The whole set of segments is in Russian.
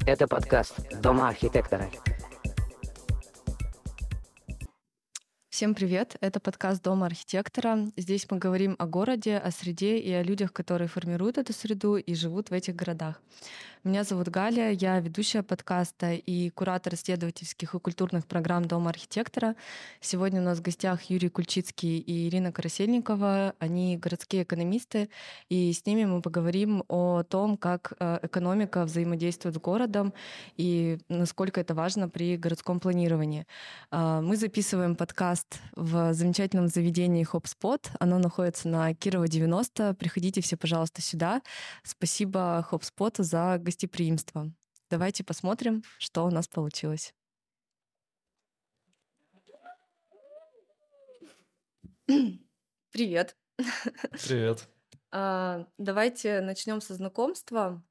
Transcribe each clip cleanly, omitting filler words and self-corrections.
Это подкаст «Дома архитектора». Всем привет! Это подкаст «Дома архитектора». Здесь мы говорим о городе, о среде и о людях, которые формируют эту среду и живут в этих городах. Меня зовут Галя, я ведущая подкаста и куратор исследовательских и культурных программ Дома архитектора. Сегодня у нас в гостях Юрий Кульчицкий и Ирина Карасельникова. Они городские экономисты, и с ними мы поговорим о том, как экономика взаимодействует с городом и насколько это важно при городском планировании. Мы записываем подкаст в замечательном заведении HopSpot. Оно находится на Кирова 90. Приходите все, пожалуйста, сюда. Спасибо HopSpot за гостеприимство. Давайте посмотрим, что у нас получилось. Привет. Привет. Давайте начнем со знакомства.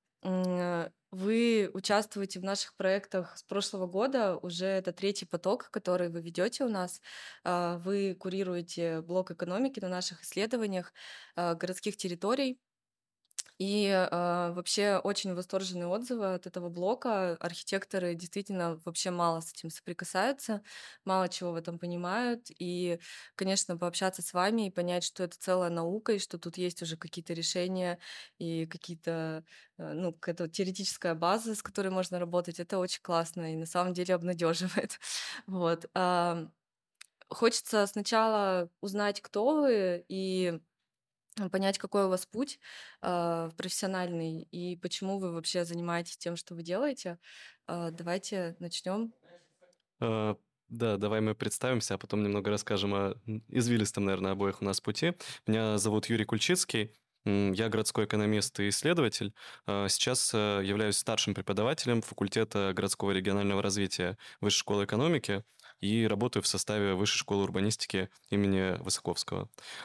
Вы участвуете в наших проектах с прошлого года, уже это третий поток, который вы ведете у нас. Вы курируете блок экономики на наших исследованиях городских территорий. И вообще очень восторженные отзывы от этого блока. Архитекторы действительно вообще мало с этим соприкасаются, мало чего в этом понимают. И, конечно, пообщаться с вами и понять, что это целая наука, и что тут есть уже какие-то решения и какие-то, какая-то теоретическая база, с которой можно работать, это очень классно и на самом деле обнадеживает. Вот. Хочется сначала узнать, кто вы, и понять, какой у вас путь профессиональный и почему вы вообще занимаетесь тем, что вы делаете. Давайте начнем. Да, давай мы представимся, а потом немного расскажем о извилистом, наверное, обоих у нас пути. Меня зовут Юрий Кульчицкий. Я городской экономист и исследователь. Сейчас являюсь старшим преподавателем факультета городского и регионального развития Высшей школы экономики и работаю в составе Высшей школы урбанистики имени Высоковского.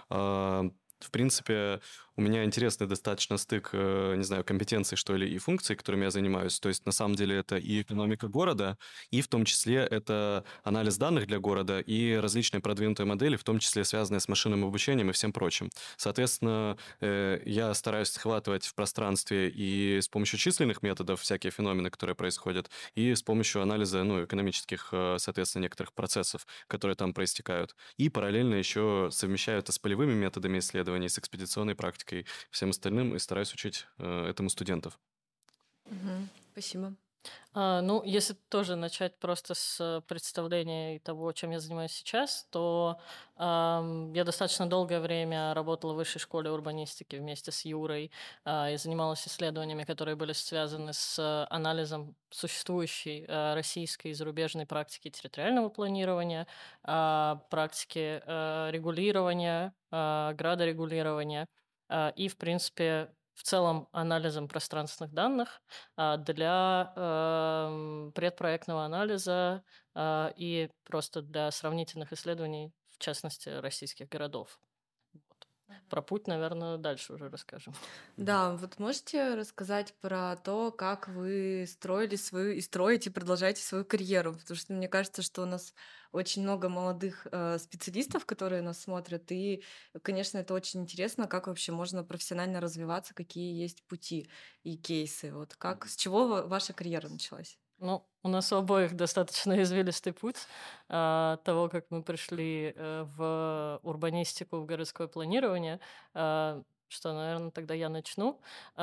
В принципе, у меня интересный достаточно стык, не знаю, компетенций, что ли, и функций, которыми я занимаюсь. То есть, на самом деле, это и экономика города, и в том числе это анализ данных для города и различные продвинутые модели, в том числе связанные с машинным обучением и всем прочим. Соответственно, я стараюсь схватывать в пространстве и с помощью численных методов всякие феномены, которые происходят, и с помощью анализа, экономических, соответственно, некоторых процессов, которые там проистекают. И параллельно еще совмещаю это с полевыми методами исследований, с экспедиционной практикой, всем остальным, и стараюсь учить этому студентов. Спасибо. Если тоже начать просто с представления того, чем я занимаюсь сейчас, то я достаточно долгое время работала в Высшей школе урбанистики вместе с Юрой и занималась исследованиями, которые были связаны с анализом существующей российской и зарубежной практики территориального планирования, практики регулирования, градорегулирования и, в принципе, в целом анализом пространственных данных для предпроектного анализа и просто для сравнительных исследований, в частности, российских городов. Про путь, наверное, дальше уже расскажем. Да, вот можете рассказать про то, как вы строили свою и строите, продолжаете свою карьеру? Потому что мне кажется, что у нас очень много молодых специалистов, которые нас смотрят, и, конечно, это очень интересно, как вообще можно профессионально развиваться, какие есть пути и кейсы. Вот с чего ваша карьера началась? У нас у обоих достаточно извилистый путь того, как мы пришли в урбанистику, в городское планирование, что, наверное, тогда я начну.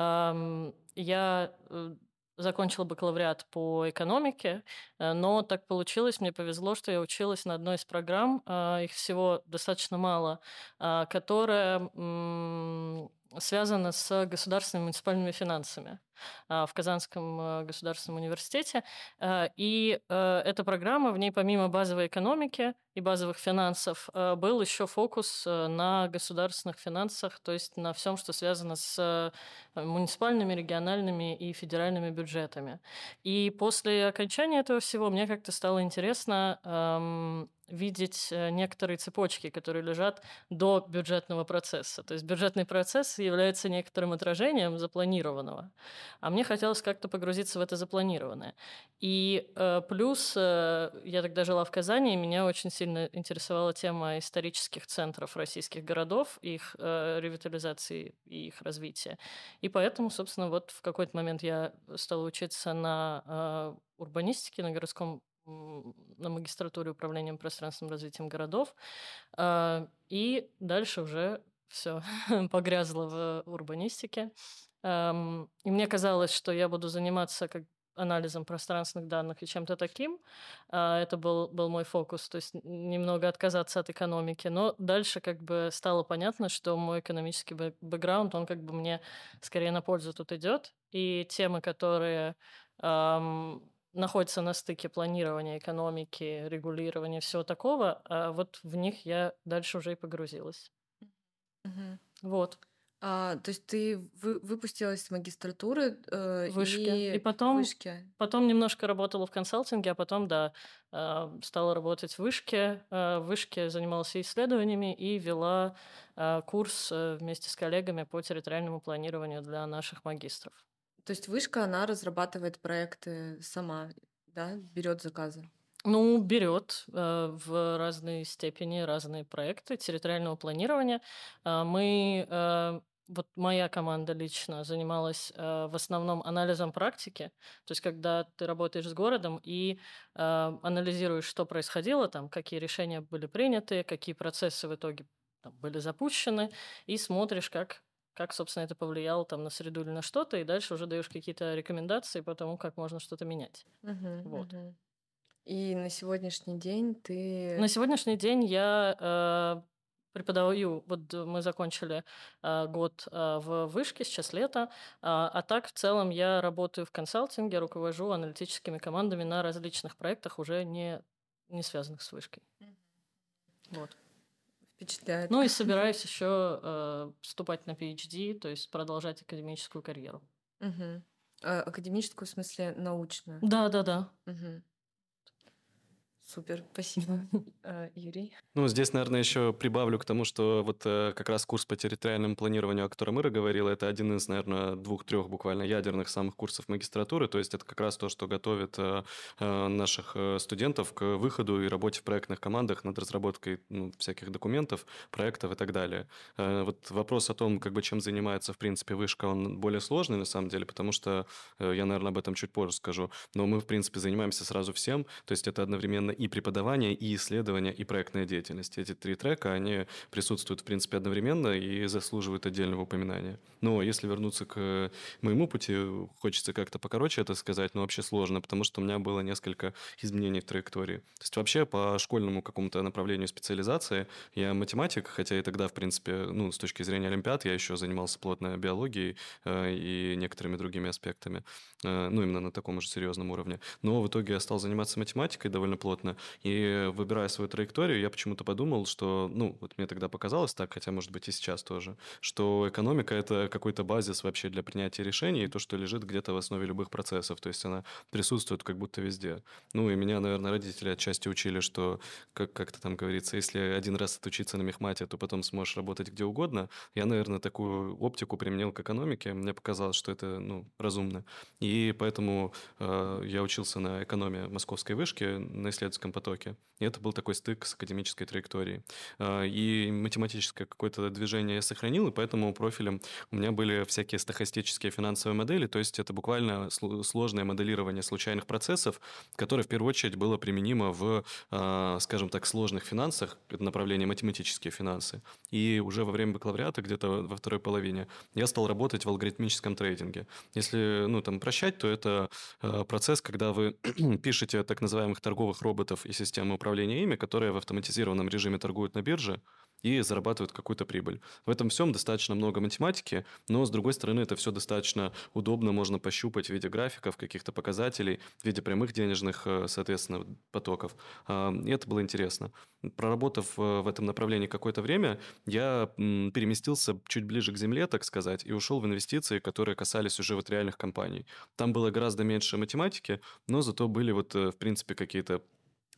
Я закончила бакалавриат по экономике, но так получилось, мне повезло, что я училась на одной из программ, их всего достаточно мало, которая связана с государственными муниципальными финансами в Казанском государственном университете. И эта программа, в ней помимо базовой экономики и базовых финансов, был еще фокус на государственных финансах, то есть на всем, что связано с муниципальными, региональными и федеральными бюджетами. И после окончания этого всего мне как-то стало интересно видеть некоторые цепочки, которые лежат до бюджетного процесса. То есть бюджетный процесс является некоторым отражением запланированного, а мне хотелось как-то погрузиться в это запланированное. И плюс я тогда жила в Казани, и меня очень сильно интересовала тема исторических центров российских городов, их ревитализации и их развития. И поэтому, собственно, вот в какой-то момент я стала учиться на урбанистике, на магистратуре управлением пространственным развитием городов. И дальше уже все погрязло в урбанистике. И мне казалось, что я буду заниматься как анализом пространственных данных и чем-то таким. Это был мой фокус, то есть немного отказаться от экономики. Но дальше как бы стало понятно, что мой экономический бэкграунд, он как бы мне скорее на пользу тут идет. И темы, которые находятся на стыке планирования, экономики, регулирования, всего такого, вот в них я дальше уже и погрузилась. Мгм. Вот. То есть ты выпустилась с магистратуры В вышке. И и в потом вышке. немножко работала в консалтинге, а потом, да, стала работать в вышке. В вышке занималась и исследованиями и вела курс вместе с коллегами по территориальному планированию для наших магистров. То есть вышка, она разрабатывает проекты сама, да, берет заказы. Ну, берет в разной степени разные проекты территориального планирования. Вот моя команда лично занималась в основном анализом практики. То есть, когда ты работаешь с городом и анализируешь, что происходило там, какие решения были приняты, какие процессы в итоге там, были запущены, и смотришь, как, собственно, это повлияло там, на среду или на что-то, и дальше уже даешь какие-то рекомендации по тому, как можно что-то менять. Мгм, Вот. мгм. И на сегодняшний день ты... На сегодняшний день я преподаю, вот мы закончили год в вышке, сейчас лето, а так в целом я работаю в консалтинге, руковожу аналитическими командами на различных проектах, уже не связанных с вышкой. Вот. Впечатляет. Ну и собираюсь еще вступать на PhD, то есть продолжать академическую карьеру. Мгм. Академическую, в смысле, научную. Да. Мгм. Супер, спасибо, Юрий. Ну, здесь, наверное, еще прибавлю к тому, что вот как раз курс по территориальному планированию, о котором Ира говорила, это один из, наверное, 2-3 буквально ядерных самых курсов магистратуры, то есть это как раз то, что готовит наших студентов к выходу и работе в проектных командах над разработкой всяких документов, проектов и так далее. Вот вопрос о том, как бы чем занимается, в принципе, вышка, он более сложный на самом деле, потому что я, наверное, об этом чуть позже скажу, но мы, в принципе, занимаемся сразу всем, то есть это одновременно и преподавание, и исследование, и проектная деятельность. Эти 3 трека, они присутствуют, в принципе, одновременно и заслуживают отдельного упоминания. Но если вернуться к моему пути, хочется как-то покороче это сказать, но вообще сложно, потому что у меня было несколько изменений в траектории. То есть вообще по школьному какому-то направлению специализации я математик, хотя и тогда, в принципе, с точки зрения олимпиад я еще занимался плотно биологией и некоторыми другими аспектами, именно на таком же серьезном уровне. Но в итоге я стал заниматься математикой довольно плотно, и выбирая свою траекторию, я почему-то подумал, что, вот мне тогда показалось так, хотя, может быть, и сейчас тоже, что экономика – это какой-то базис вообще для принятия решений, и то, что лежит где-то в основе любых процессов, то есть она присутствует как будто везде. И меня, наверное, родители отчасти учили, что, как-то там говорится, если один раз отучиться на мехмате, то потом сможешь работать где угодно. Я, наверное, такую оптику применил к экономике, мне показалось, что это, разумно. И поэтому я учился на экономии Московской вышки на исследовательском потоке. И это был такой стык с академической траекторией. И математическое какое-то движение я сохранил, и поэтому профилем у меня были всякие стохастические финансовые модели, то есть это буквально сложное моделирование случайных процессов, которое в первую очередь было применимо в, скажем так, сложных финансах, это направление математические финансы. И уже во время бакалавриата, где-то во второй половине, я стал работать в алгоритмическом трейдинге. Если, прощать, то это процесс, когда вы пишете так называемых торговых роботов и системы управления ими, которые в автоматизированном режиме торгуют на бирже и зарабатывают какую-то прибыль. В этом всем достаточно много математики, но, с другой стороны, это все достаточно удобно, можно пощупать в виде графиков, каких-то показателей, в виде прямых денежных, соответственно, потоков. И это было интересно. Проработав в этом направлении какое-то время, я переместился чуть ближе к земле, так сказать, и ушел в инвестиции, которые касались уже вот реальных компаний. Там было гораздо меньше математики, но зато были в принципе, какие-то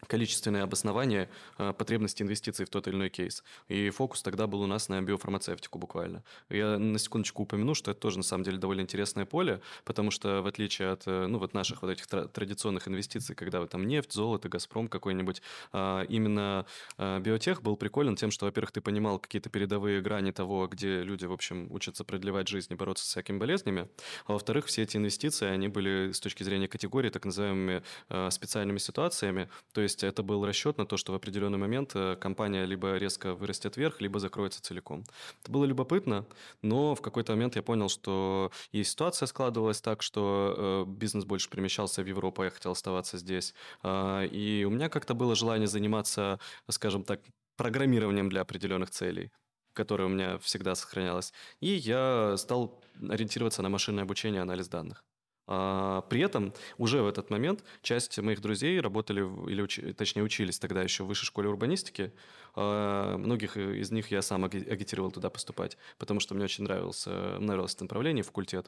количественное обоснование потребности инвестиций в тот или иной кейс. И фокус тогда был у нас на биофармацевтику буквально. Я на секундочку упомяну, что это тоже на самом деле довольно интересное поле, потому что в отличие от ну, вот наших вот этих традиционных инвестиций, когда вы там нефть, золото, Газпром какой-нибудь, именно биотех был приколен тем, что, во-первых, ты понимал какие-то передовые грани того, где люди, в общем, учатся продлевать жизнь и бороться с всякими болезнями, а во-вторых, все эти инвестиции, они были с точки зрения категории так называемыми специальными ситуациями, то есть это был расчет на то, что в определенный момент компания либо резко вырастет вверх, либо закроется целиком. Это было любопытно, но в какой-то момент я понял, что и ситуация складывалась так, что бизнес больше перемещался в Европу, а я хотел оставаться здесь. И у меня как-то было желание заниматься, скажем так, программированием для определенных целей, которое у меня всегда сохранялось. И я стал ориентироваться на машинное обучение и анализ данных. При этом уже в этот момент часть моих друзей работали, точнее учились тогда еще в высшей школе урбанистики. Многих из них я сам агитировал туда поступать, потому что мне очень нравилось это направление, факультет.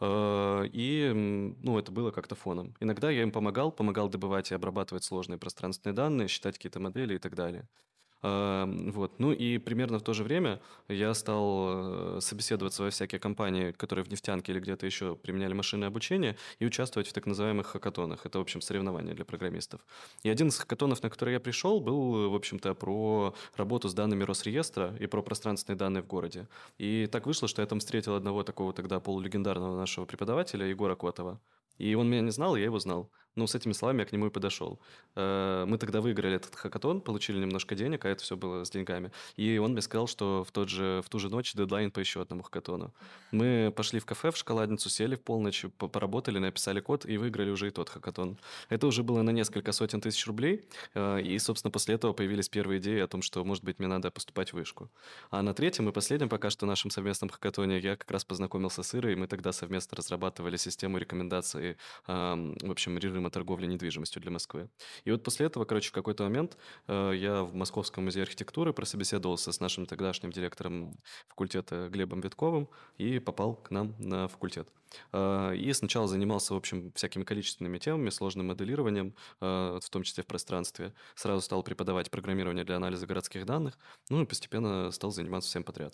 Ну, это было как-то фоном. Иногда я им помогал добывать и обрабатывать сложные пространственные данные, считать какие-то модели и так далее. Вот. Ну и примерно в то же время я стал собеседоваться во всякие компании, которые в нефтянке или где-то еще применяли машинное обучение, и участвовать в так называемых хакатонах. Это, в общем, соревнования для программистов. И один из хакатонов, на который я пришел, был, в общем-то, про работу с данными Росреестра и про пространственные данные в городе. И так вышло, что я там встретил одного такого тогда полулегендарного нашего преподавателя, Егора Котова. И он меня не знал, и я его знал. Ну, с этими словами я к нему и подошел. Мы тогда выиграли этот хакатон, получили немножко денег, а это все было с деньгами. И он мне сказал, что в ту же ночь дедлайн по еще одному хакатону. Мы пошли в кафе, в шоколадницу, сели в полночь, поработали, написали код и выиграли уже и тот хакатон. Это уже было на несколько сотен тысяч рублей. И, собственно, после этого появились первые идеи о том, что, может быть, мне надо поступать в вышку. А на третьем и последнем пока что нашем совместном хакатоне я как раз познакомился с Ирой, и мы тогда совместно разрабатывали систему рекомендаций, в общем, режима торговли недвижимостью для Москвы. И вот после этого, короче, в какой-то момент я в Московском музее архитектуры прособеседовался с нашим тогдашним директором факультета Глебом Витковым и попал к нам на факультет. И сначала занимался, в общем, всякими количественными темами, сложным моделированием, в том числе в пространстве. Сразу стал преподавать программирование для анализа городских данных, ну и постепенно стал заниматься всем подряд.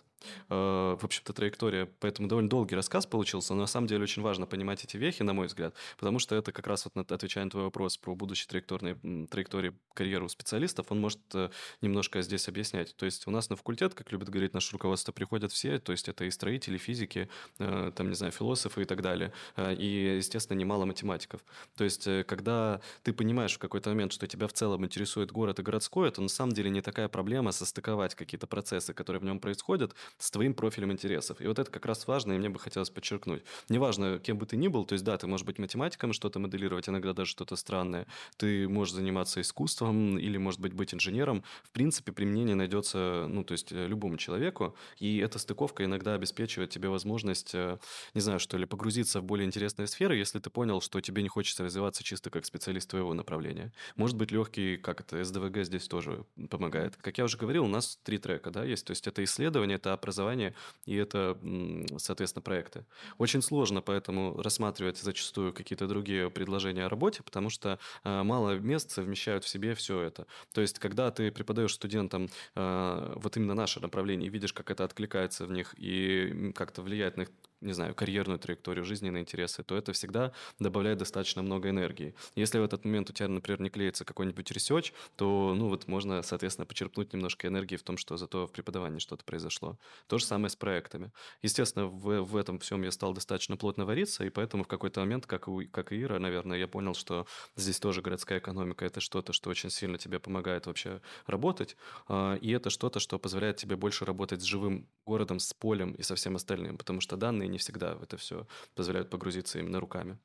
В общем-то, траектория, поэтому довольно долгий рассказ получился, но на самом деле очень важно понимать эти вехи, на мой взгляд, потому что это как раз вот отвечая на твой вопрос про будущие траектории карьеры у специалистов, он может немножко здесь объяснять. То есть у нас на факультет, как любит говорить наше руководство, приходят все, то есть это и строители, физики, там, не знаю, философы и так далее, и, естественно, немало математиков. То есть когда ты понимаешь в какой-то момент, что тебя в целом интересует город и городское, то на самом деле не такая проблема состыковать какие-то процессы, которые в нем происходят, с твоим профилем интересов. И вот это как раз важно, и мне бы хотелось подчеркнуть. Неважно, кем бы ты ни был, то есть да, ты можешь быть математиком, что-то моделировать, иногда даже что-то странное, ты можешь заниматься искусством или, может быть инженером. В принципе, применение найдется, ну, то есть любому человеку, и эта стыковка иногда обеспечивает тебе возможность, не знаю, что ли, погрузиться в более интересные сферы, если ты понял, что тебе не хочется развиваться чисто как специалист твоего направления. Может быть, легкий, как это, СДВГ здесь тоже помогает. Как я уже говорил, у нас 3 трека, да, есть, то есть это исследование, это образование и это, соответственно, проекты. Очень сложно поэтому рассматривать зачастую какие-то другие предложения о работе, потому что мало мест совмещают в себе все это. То есть, когда ты преподаешь студентам вот именно наше направление и видишь, как это откликается в них и как-то влияет на их, не знаю, карьерную траекторию, жизненные интересы, то это всегда добавляет достаточно много энергии. Если в этот момент у тебя, например, не клеится какой-нибудь ресерч, то, ну, вот можно, соответственно, почерпнуть немножко энергии в том, что зато в преподавании что-то произошло. То же самое с проектами. Естественно, в этом всем я стал достаточно плотно вариться, и поэтому в какой-то момент, как и Ира, наверное, я понял, что здесь тоже городская экономика – это что-то, что очень сильно тебе помогает вообще работать, и это что-то, что позволяет тебе больше работать с живым городом, с полем и со всем остальным, потому что данные не всегда в это все позволяют погрузиться именно руками.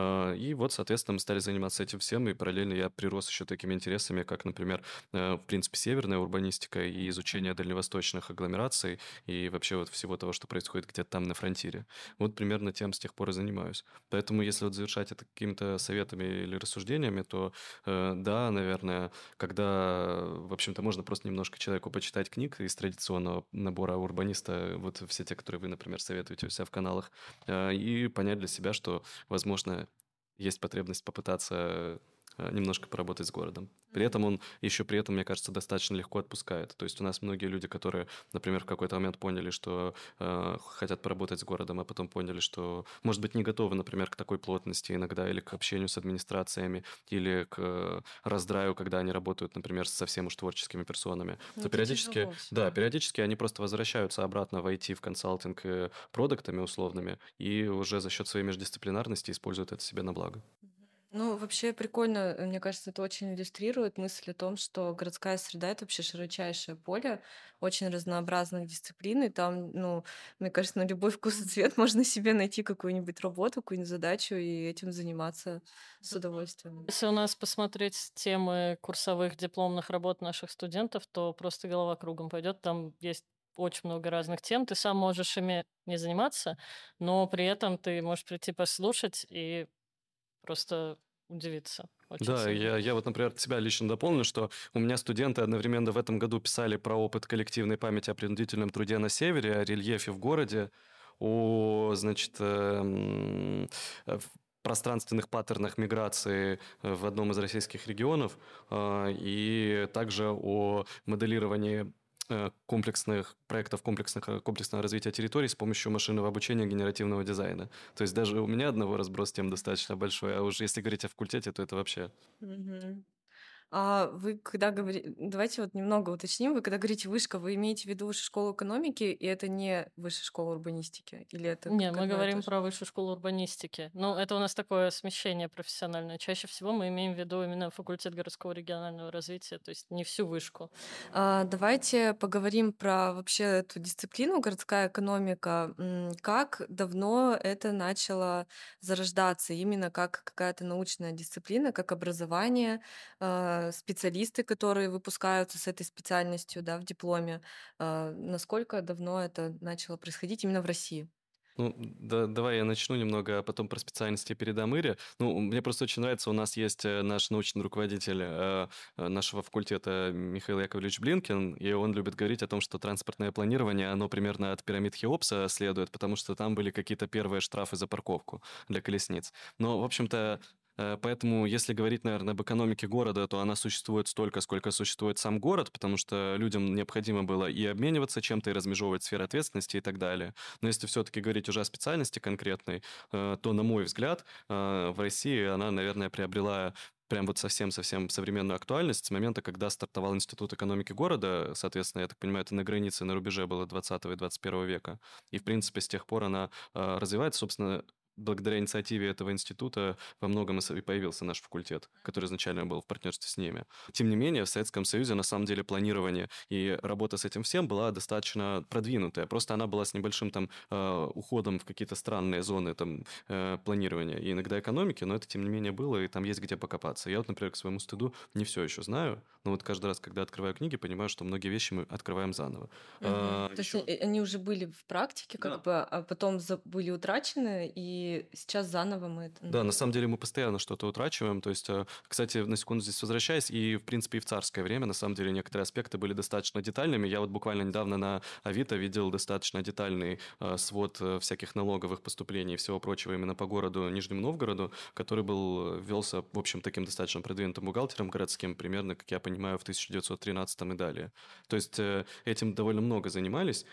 И вот, соответственно, мы стали заниматься этим всем, и параллельно я прирос еще такими интересами, как, например, в принципе, северная урбанистика и изучение дальневосточных агломераций и вообще вот всего того, что происходит где-то там на фронтире. Вот примерно тем с тех пор и занимаюсь. Поэтому, если вот завершать это какими-то советами или рассуждениями, то да, наверное, когда, в общем-то, можно просто немножко человеку почитать книг из традиционного набора урбаниста, вот все те, которые вы, например, советуете у себя в каналах, и понять для себя, что, возможно, есть потребность попытаться немножко поработать с городом. При этом он еще при этом, мне кажется, достаточно легко отпускает. То есть у нас многие люди, которые, например, в какой-то момент поняли, что хотят поработать с городом, а потом поняли, что, может быть, не готовы, например, к такой плотности иногда, или к общению с администрациями, или к раздраю, когда они работают, например, с совсем уж творческими персонами, то Это периодически, тяжело да, всё. периодически они просто возвращаются обратно в IT, в консалтинг продуктами условными, и уже за счет своей междисциплинарности используют это себе на благо. Ну, вообще прикольно, мне кажется, это очень иллюстрирует мысль о том, что городская среда — это вообще широчайшее поле очень разнообразных дисциплин, и там, ну, мне кажется, на любой вкус и цвет можно себе найти какую-нибудь работу, какую-нибудь задачу и этим заниматься с удовольствием. Если у нас посмотреть темы курсовых дипломных работ наших студентов, то просто голова кругом пойдет. Там есть очень много разных тем. Ты сам можешь ими не заниматься, но при этом ты можешь прийти послушать и просто удивиться очень Да, сильно. я вот, например, от себя лично дополню, что у меня студенты одновременно в этом году писали про опыт коллективной памяти о принудительном труде на севере, о рельефе в городе, о, значит, пространственных паттернах миграции в одном из российских регионов, и также о моделировании комплексных проектов комплексного развития территорий с помощью машинного обучения генеративного дизайна. То есть даже у меня одного разброс тем достаточно большой, а уж если говорить о факультете, то это вообще... Мгм. А вы когда говорите, давайте вот немного уточним, вы когда говорите вышка, вы имеете в виду высшую школу экономики, и это не высшая школа урбанистики? Или это Не, как мы одно и то говорим же? про высшую школу урбанистики. Ну, это у нас такое смещение профессиональное. Чаще всего мы имеем в виду именно факультет городского регионального развития, то есть не всю вышку. Давайте поговорим про вообще эту дисциплину городская экономика. Как давно это начало зарождаться именно как какая-то научная дисциплина, как образование, специалисты, которые выпускаются с этой специальностью, да, в дипломе. Насколько давно это начало происходить именно в России? Ну, да, давай я начну немного, а потом про специальности передам Ире. Ну, мне просто очень нравится, у нас есть наш научный руководитель нашего факультета Михаил Яковлевич Блинкин, и он любит говорить о том, что транспортное планирование, оно примерно от пирамид Хеопса следует, потому что там были какие-то первые штрафы за парковку для колесниц. Но, в общем-то, поэтому, если говорить, наверное, об экономике города, то она существует столько, сколько существует сам город, потому что людям необходимо было и обмениваться чем-то, и размежевывать сферы ответственности и так далее. Но если все-таки говорить уже о специальности конкретной, то, на мой взгляд, в России она, наверное, приобрела прям вот совсем-совсем современную актуальность с момента, когда стартовал Институт экономики города. Соответственно, я так понимаю, это на границе, на рубеже было 20 и 21 века. И, в принципе, с тех пор она развивается. Собственно, благодаря инициативе этого института во многом и появился наш факультет, который изначально был в партнерстве с ними. Тем не менее, в Советском Союзе на самом деле планирование и работа с этим всем была достаточно продвинутая. Просто она была с небольшим там уходом в какие-то странные зоны там планирования и иногда экономики, но это тем не менее было, и там есть где покопаться. Я вот, например, к своему стыду не все еще знаю, но вот каждый раз, когда открываю книги, понимаю, что многие вещи мы открываем заново. То есть Еще... они уже были в практике, Да. как бы, а потом были утрачены, и сейчас заново мы это... Да, на самом деле мы постоянно что-то утрачиваем. То есть, кстати, на секунду здесь возвращаясь, и, в принципе, и в царское время, на самом деле, некоторые аспекты были достаточно детальными. Я вот буквально недавно на Авито видел достаточно детальный свод всяких налоговых поступлений и всего прочего именно по городу Нижнему Новгороду, который велся, в общем, таким достаточно продвинутым бухгалтером городским, примерно, как я понимаю, в 1913 и далее. То есть, этим довольно много занимались,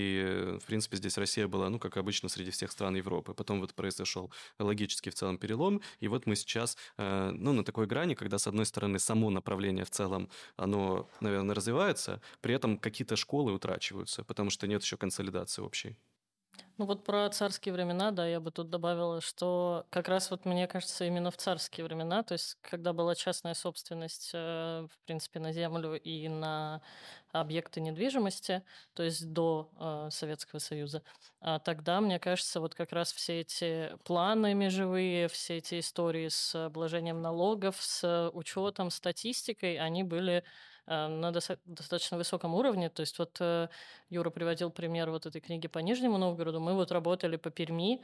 и, в принципе, здесь Россия была, ну, как обычно, среди всех стран Европы. Потом вот произошел логический в целом перелом, и вот мы сейчас, ну, на такой грани, когда, с одной стороны, само направление в целом, оно, наверное, развивается, при этом какие-то школы утрачиваются, потому что нет еще консолидации общей. Ну вот про царские времена, да, я бы тут добавила, что как раз вот мне кажется именно в царские времена, то есть когда была частная собственность, в принципе, на землю и на объекты недвижимости, то есть до Советского Союза, тогда, мне кажется, вот как раз все эти планы межевые, все эти истории с обложением налогов, с учетом, статистикой, они были на достаточно высоком уровне. То есть вот Юра приводил пример вот этой книги по Нижнему Новгороду. Мы вот работали по Перми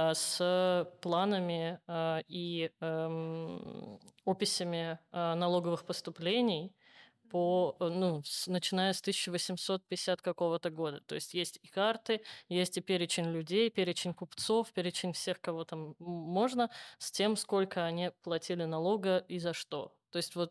с планами и описями налоговых поступлений начиная с 1850 какого-то года. То есть есть и карты, есть и перечень людей, перечень купцов, перечень всех, кого там можно, с тем, сколько они платили налога и за что. То есть вот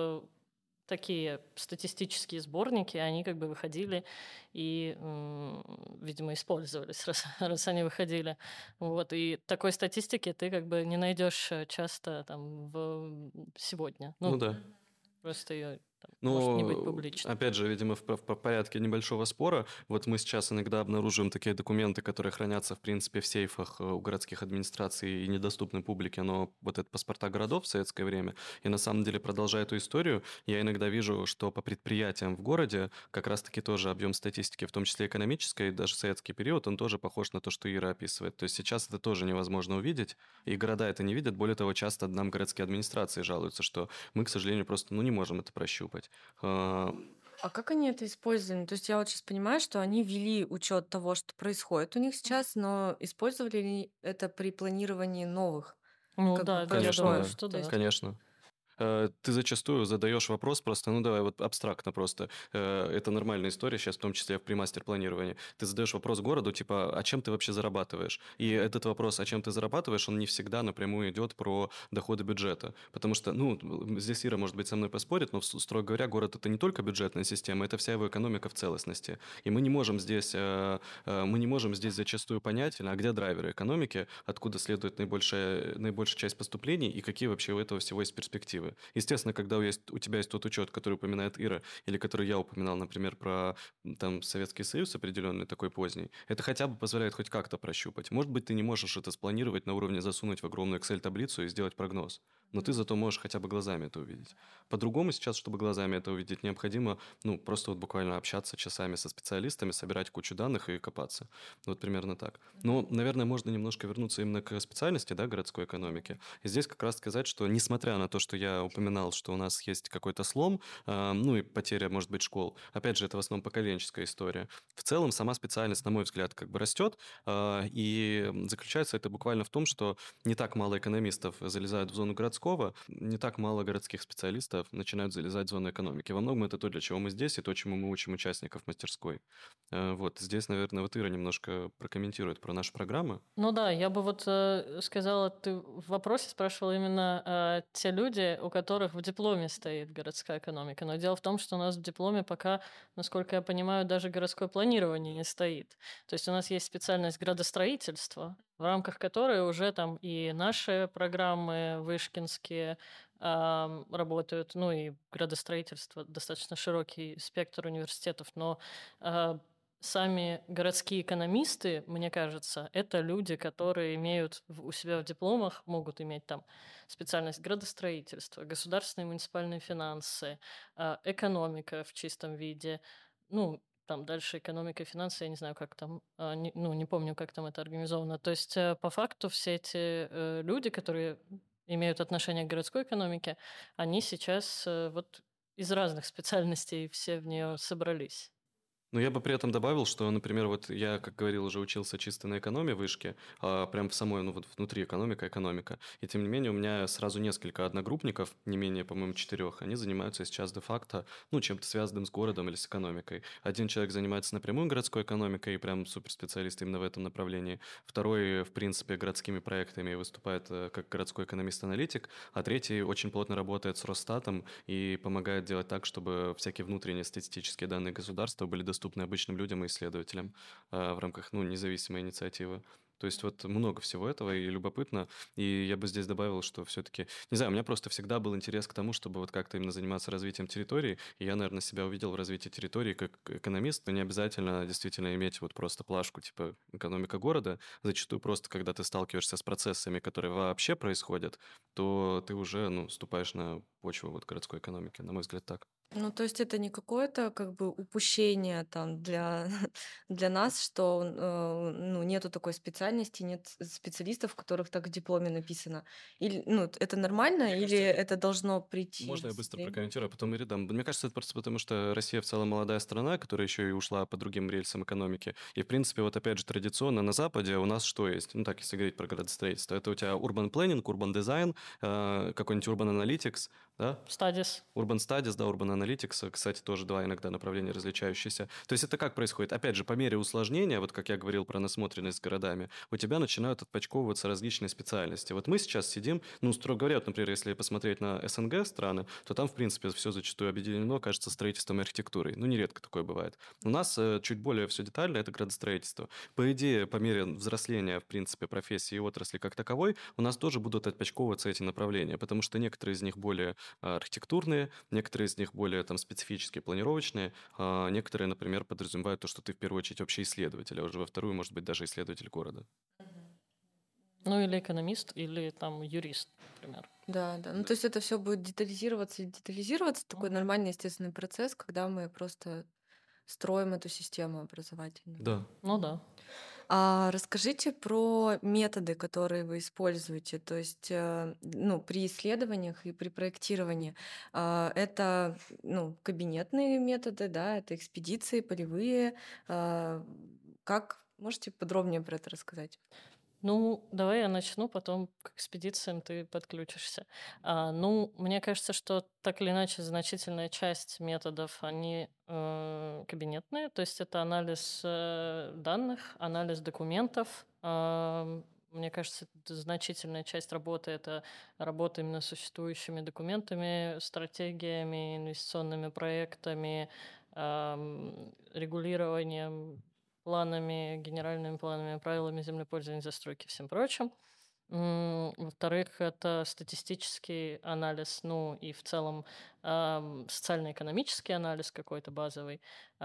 такие статистические сборники, они как бы выходили и, видимо, использовались, раз они выходили. Вот, и такой статистики ты как бы не найдешь часто там сегодня. Ну да. Просто ее может не быть публичной. Опять же, видимо, в порядке небольшого спора, вот мы сейчас иногда обнаруживаем такие документы, которые хранятся, в принципе, в сейфах у городских администраций и недоступны публике, но вот это паспорта городов в советское время, и на самом деле, продолжая эту историю, я иногда вижу, что по предприятиям в городе как раз-таки тоже объем статистики, в том числе экономической, даже советский период, он тоже похож на то, что Ира описывает. То есть сейчас это тоже невозможно увидеть, и города это не видят, более того, часто нам городские администрации жалуются, что мы, к сожалению, просто не можем это прощупать. А как они это использовали? То есть я вот сейчас понимаю, что они вели учет того, что происходит у них сейчас, но использовали ли это при планировании новых Ну как да, бы я думаю, построек? что То да. есть Конечно. Ты зачастую задаешь вопрос просто, ну давай вот абстрактно просто. Это нормальная история сейчас, в том числе в при мастер-планировании. Ты задаешь вопрос городу, типа, а чем ты вообще зарабатываешь? И этот вопрос, а чем ты зарабатываешь, он не всегда напрямую идет про доходы бюджета. Потому что, ну, здесь Ира, может быть, со мной поспорит, но, строго говоря, город это не только бюджетная система, это вся его экономика в целостности. И мы не можем здесь зачастую понять, а где драйверы экономики, откуда следует наибольшая часть поступлений и какие вообще у этого всего есть перспективы. Естественно, когда у тебя есть тот учет, который упоминает Ира, или который я упоминал, например, про там Советский Союз определенный, такой поздний, это хотя бы позволяет хоть как-то прощупать. Может быть, ты не можешь это спланировать на уровне засунуть в огромную Excel-таблицу и сделать прогноз, но ты зато можешь хотя бы глазами это увидеть. По-другому сейчас, чтобы глазами это увидеть, необходимо, ну, просто вот буквально общаться часами со специалистами, собирать кучу данных и копаться. Вот примерно так. Но, наверное, можно немножко вернуться именно к специальности, да, городской экономики. И здесь как раз сказать, что несмотря на то, что я упоминал, что у нас есть какой-то слом, ну и потеря, может быть, школ, опять же, это в основном поколенческая история. В целом, сама специальность, на мой взгляд, как бы растет, и заключается это буквально в том, что не так мало экономистов залезают в зону городского, не так мало городских специалистов начинают залезать в зону экономики. Во многом это то, для чего мы здесь, и то, чему мы учим участников мастерской. Вот здесь, наверное, вот Ира немножко прокомментирует про наши программы. Ну да, я бы вот сказала, ты в вопросе спрашивала именно те люди, у которых в дипломе стоит городская экономика. Но дело в том, что у нас в дипломе пока, насколько я понимаю, даже городское планирование не стоит. То есть у нас есть специальность градостроительства, в рамках которой уже там и наши программы вышкинские работают, ну и градостроительство достаточно широкий спектр университетов, но сами городские экономисты, мне кажется, это люди, которые имеют у себя в дипломах, могут иметь там специальность градостроительства, государственные и муниципальные финансы, экономика в чистом виде, ну, там дальше экономика и финансы, я не знаю, как там, не помню, как там это организовано. То есть, по факту, все эти люди, которые имеют отношение к городской экономике, они сейчас вот из разных специальностей все в нее собрались. Но я бы при этом добавил, что, например, вот я, как говорил, уже учился чисто на экономе в вышке, прям в самой, ну вот внутри экономика. И тем не менее у меня сразу несколько одногруппников, не менее, по-моему, 4, они занимаются сейчас де-факто, ну, чем-то связанным с городом или с экономикой. Один человек занимается напрямую городской экономикой, и прям суперспециалист именно в этом направлении. Второй, в принципе, городскими проектами выступает как городской экономист-аналитик, а третий очень плотно работает с Росстатом и помогает делать так, чтобы всякие внутренние статистические данные государства были доступны обычным людям и исследователям в рамках, ну, независимой инициативы. То есть вот много всего этого и любопытно. И я бы здесь добавил, что все-таки, не знаю, у меня просто всегда был интерес к тому, чтобы вот как-то именно заниматься развитием территории. И я, наверное, себя увидел в развитии территории как экономист, но не обязательно действительно иметь вот просто плашку типа экономика города. Зачастую просто, когда ты сталкиваешься с процессами, которые вообще происходят, то ты уже, ну, ступаешь на почву вот городской экономики, на мой взгляд, так. Ну, то есть это не какое-то как бы упущение там для, для нас, что ну, нету такой специальности, нет специалистов, у которых так в дипломе написано. Или, ну, это нормально, Мне или кажется, это должно прийти можно я с быстро временем? прокомментирую, а потом и дам. Мне кажется, это просто потому, что Россия в целом молодая страна, которая еще и ушла по другим рельсам экономики. И, в принципе, вот опять же, традиционно на Западе у нас что есть? Ну, так, если говорить про градостроительство. Это у тебя urban planning, urban design, какой-нибудь urban analytics, да? Studies. Urban Studies, да, Urban Analytics, кстати, тоже два иногда направления различающиеся. То есть это как происходит? Опять же, по мере усложнения, вот как я говорил про насмотренность с городами, у тебя начинают отпочковываться различные специальности. Вот мы сейчас сидим, ну, строго говоря, вот, например, если посмотреть на СНГ страны, то там, в принципе, все зачастую объединено, кажется, строительством и архитектурой. Ну, нередко такое бывает. У нас чуть более все детально, это градостроительство. По идее, по мере взросления, в принципе, профессии и отрасли как таковой, у нас тоже будут отпочковываться эти направления, потому что некоторые из них более архитектурные, некоторые из них более там специфические, планировочные, а некоторые, например, подразумевают то, что ты в первую очередь вообще исследователь, а уже во вторую, может быть, даже исследователь города. Ну, или экономист, или там юрист, например. Да, да. Ну, то есть это все будет детализироваться и детализироваться. Такой нормальный, естественный процесс, когда мы просто строим эту систему образовательную. Да. Ну да. А расскажите про методы, которые вы используете, то есть, ну, при исследованиях и при проектировании. Это, ну, кабинетные методы, да, это экспедиции, полевые. Как можете подробнее про это рассказать? Ну, давай я начну, потом к экспедициям ты подключишься. Ну, мне кажется, что так или иначе значительная часть методов, они кабинетные, то есть это анализ данных, анализ документов. Мне кажется, значительная часть работы — это работа именно с существующими документами, стратегиями, инвестиционными проектами, регулированием, планами, генеральными планами, правилами землепользования, застройки, всем прочим. Во-вторых, это статистический анализ, ну и в целом социально-экономический анализ какой-то базовый.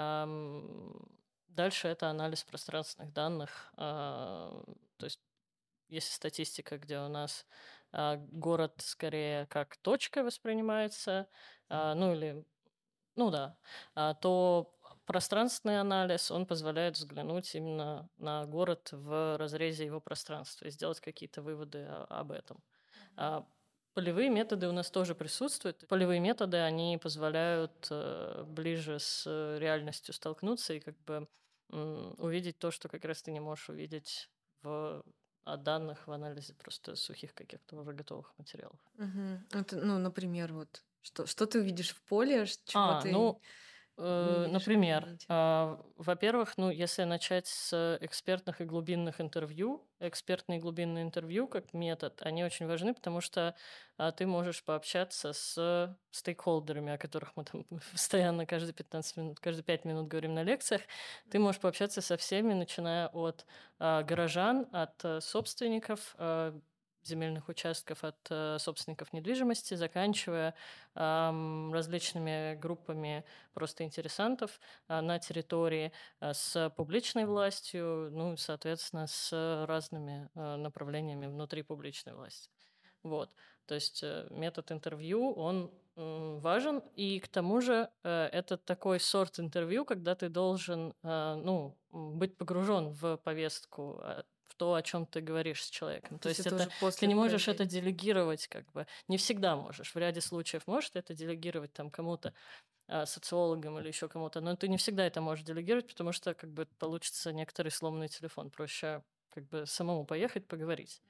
Дальше это анализ пространственных данных. То есть есть статистика, где у нас город скорее как точка воспринимается, ну или ну да, то пространственный анализ, он позволяет взглянуть именно на город в разрезе его пространства и сделать какие-то выводы об этом. А полевые методы у нас тоже присутствуют. Полевые методы, они позволяют ближе с реальностью столкнуться и как бы увидеть то, что как раз ты не можешь увидеть в данных в анализе просто сухих каких-то уже готовых материалов. Это, ну, например, вот что ты увидишь в поле, чего ты Ну, не видишь в например, кабинете? во-первых, ну, если начать с экспертных и глубинных интервью, экспертные и глубинные интервью как метод, они очень важны, потому что ты можешь пообщаться с стейкхолдерами, о которых мы там постоянно каждые 15 минут, каждые 5 минут говорим на лекциях. Ты можешь пообщаться со всеми, начиная от горожан, от собственников земельных участков, от собственников недвижимости, заканчивая различными группами просто интересантов на территории, с публичной властью, ну и, соответственно, с разными направлениями внутри публичной власти. Вот. То есть метод интервью, он важен, и к тому же это такой сорт интервью, когда ты должен ну, быть погружен в повестку, в то, о чем ты говоришь с человеком. То есть это уже ты после не можешь это проведения. делегировать, как бы не всегда можешь. В ряде случаев можешь ты это делегировать там кому-то, социологам или еще кому-то, но ты не всегда это можешь делегировать, потому что как бы получится некоторый сломанный телефон. Проще как бы самому поехать поговорить.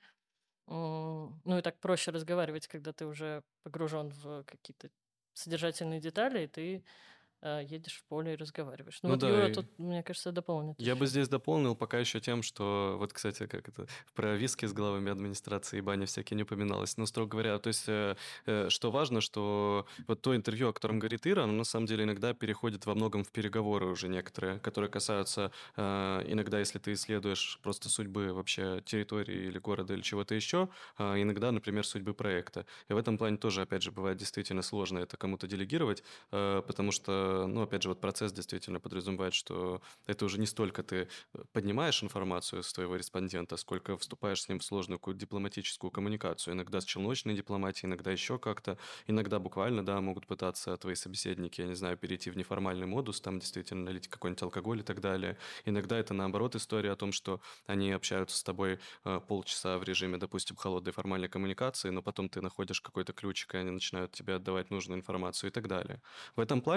Ну и так проще разговаривать, когда ты уже погружен в какие-то содержательные детали, и ты едешь в поле и разговариваешь. Ну Ну вот да, Юра и тут, мне кажется, дополнит я бы еще. здесь дополнил пока еще тем, что вот, кстати, как это, про виски с главами администрации и бани всякие не упоминалось. Но, строго говоря, то есть, что важно, что вот то интервью, о котором говорит Ира, оно на самом деле иногда переходит во многом в переговоры уже некоторые, которые касаются иногда, если ты исследуешь просто судьбы вообще территории или города или чего-то еще, иногда, например, судьбы проекта. И в этом плане тоже, опять же, бывает действительно сложно это кому-то делегировать, потому что, ну, опять же, вот процесс действительно подразумевает, что это уже не столько ты поднимаешь информацию с твоего респондента, сколько вступаешь с ним в сложную какую-то дипломатическую коммуникацию. Иногда с челночной дипломатией, иногда еще как-то. Иногда буквально, да, могут пытаться твои собеседники, я не знаю, перейти в неформальный модус, там действительно налить какой-нибудь алкоголь и так далее. Иногда это, наоборот, история о том, что они общаются с тобой полчаса в режиме, допустим, холодной формальной коммуникации, но потом ты находишь какой-то ключик, и они начинают тебе отдавать нужную информацию и так далее. В этом плане вот очень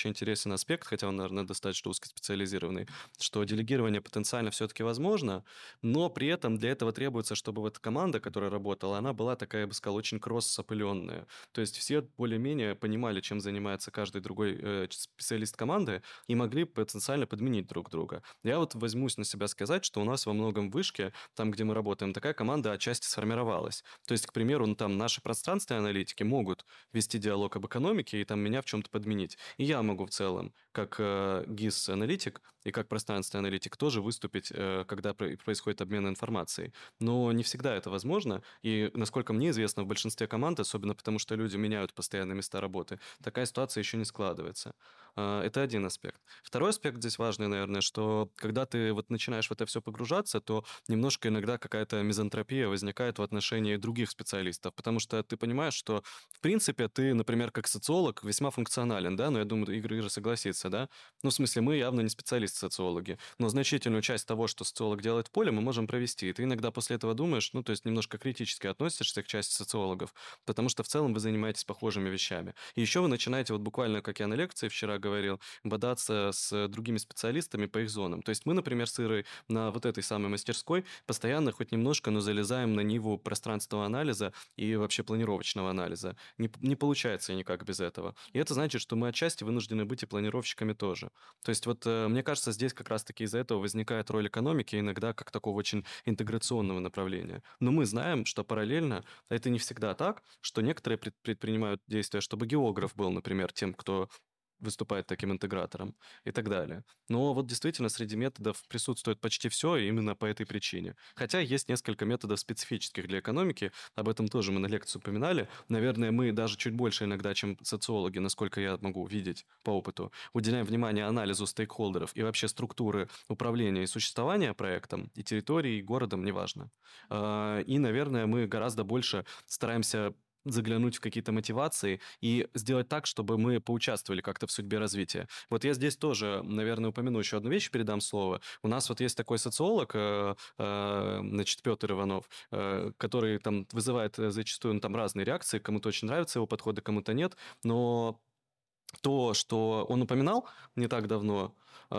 очень интересен аспект, хотя он, наверное, достаточно узкоспециализированный, что делегирование потенциально все-таки возможно, но при этом для этого требуется, чтобы вот команда, которая работала, она была такая, я бы сказал, очень кросс-опыленная. То есть все более-менее понимали, чем занимается каждый другой специалист команды, и могли потенциально подменить друг друга. Я вот возьмусь на себя сказать, что у нас во многом в Вышке, там, где мы работаем, такая команда отчасти сформировалась. То есть, к примеру, ну, там наши пространственные аналитики могут вести диалог об экономике и там меня в чем-то подменить. И я могу в целом, как ГИС-аналитик и как пространственный аналитик, тоже выступить, когда происходит обмен информацией. Но не всегда это возможно, и, насколько мне известно, в большинстве команд, особенно потому, что люди меняют постоянно места работы, такая ситуация еще не складывается. Это один аспект. Второй аспект здесь важный, наверное, что когда ты вот начинаешь в это все погружаться, то немножко иногда какая-то мизантропия возникает в отношении других специалистов, потому что ты понимаешь, что, в принципе, ты, например, как социолог весьма функционален, да, но я думаю, Игорь согласится, да? Ну, в смысле, мы явно не специалисты-социологи, но значительную часть того, что социолог делает в поле, мы можем провести. И ты иногда после этого думаешь, ну, то есть немножко критически относишься к части социологов, потому что в целом вы занимаетесь похожими вещами. И еще вы начинаете, вот буквально, как я на лекции вчера говорил, бодаться с другими специалистами по их зонам. То есть мы, например, с Ирой на вот этой самой мастерской постоянно хоть немножко, но залезаем на ниву пространственного анализа и вообще планировочного анализа. Не получается никак без этого. И это значит, что мы отчасти вынуждены быть и планировщиками тоже. То есть вот мне кажется, здесь как раз-таки из-за этого возникает роль экономики иногда как такого очень интеграционного направления. Но мы знаем, что параллельно это не всегда так, что некоторые предпринимают действия, чтобы географ был, например, тем, кто выступает таким интегратором и так далее. Но вот действительно среди методов присутствует почти все именно по этой причине. Хотя есть несколько методов специфических для экономики, об этом тоже мы на лекции упоминали. Наверное, мы даже чуть больше иногда, чем социологи, насколько я могу видеть по опыту, уделяем внимание анализу стейкхолдеров и вообще структуры управления и существования проектом, и территорией, и городом, неважно. И, наверное, мы гораздо больше стараемся заглянуть в какие-то мотивации и сделать так, чтобы мы поучаствовали как-то в судьбе развития. Вот я здесь тоже, наверное, упомяну еще одну вещь, передам слово. У нас вот есть такой социолог, значит, Петр Иванов, который там вызывает зачастую там разные реакции, кому-то очень нравятся его подходы, кому-то нет, но то, что он упоминал не так давно,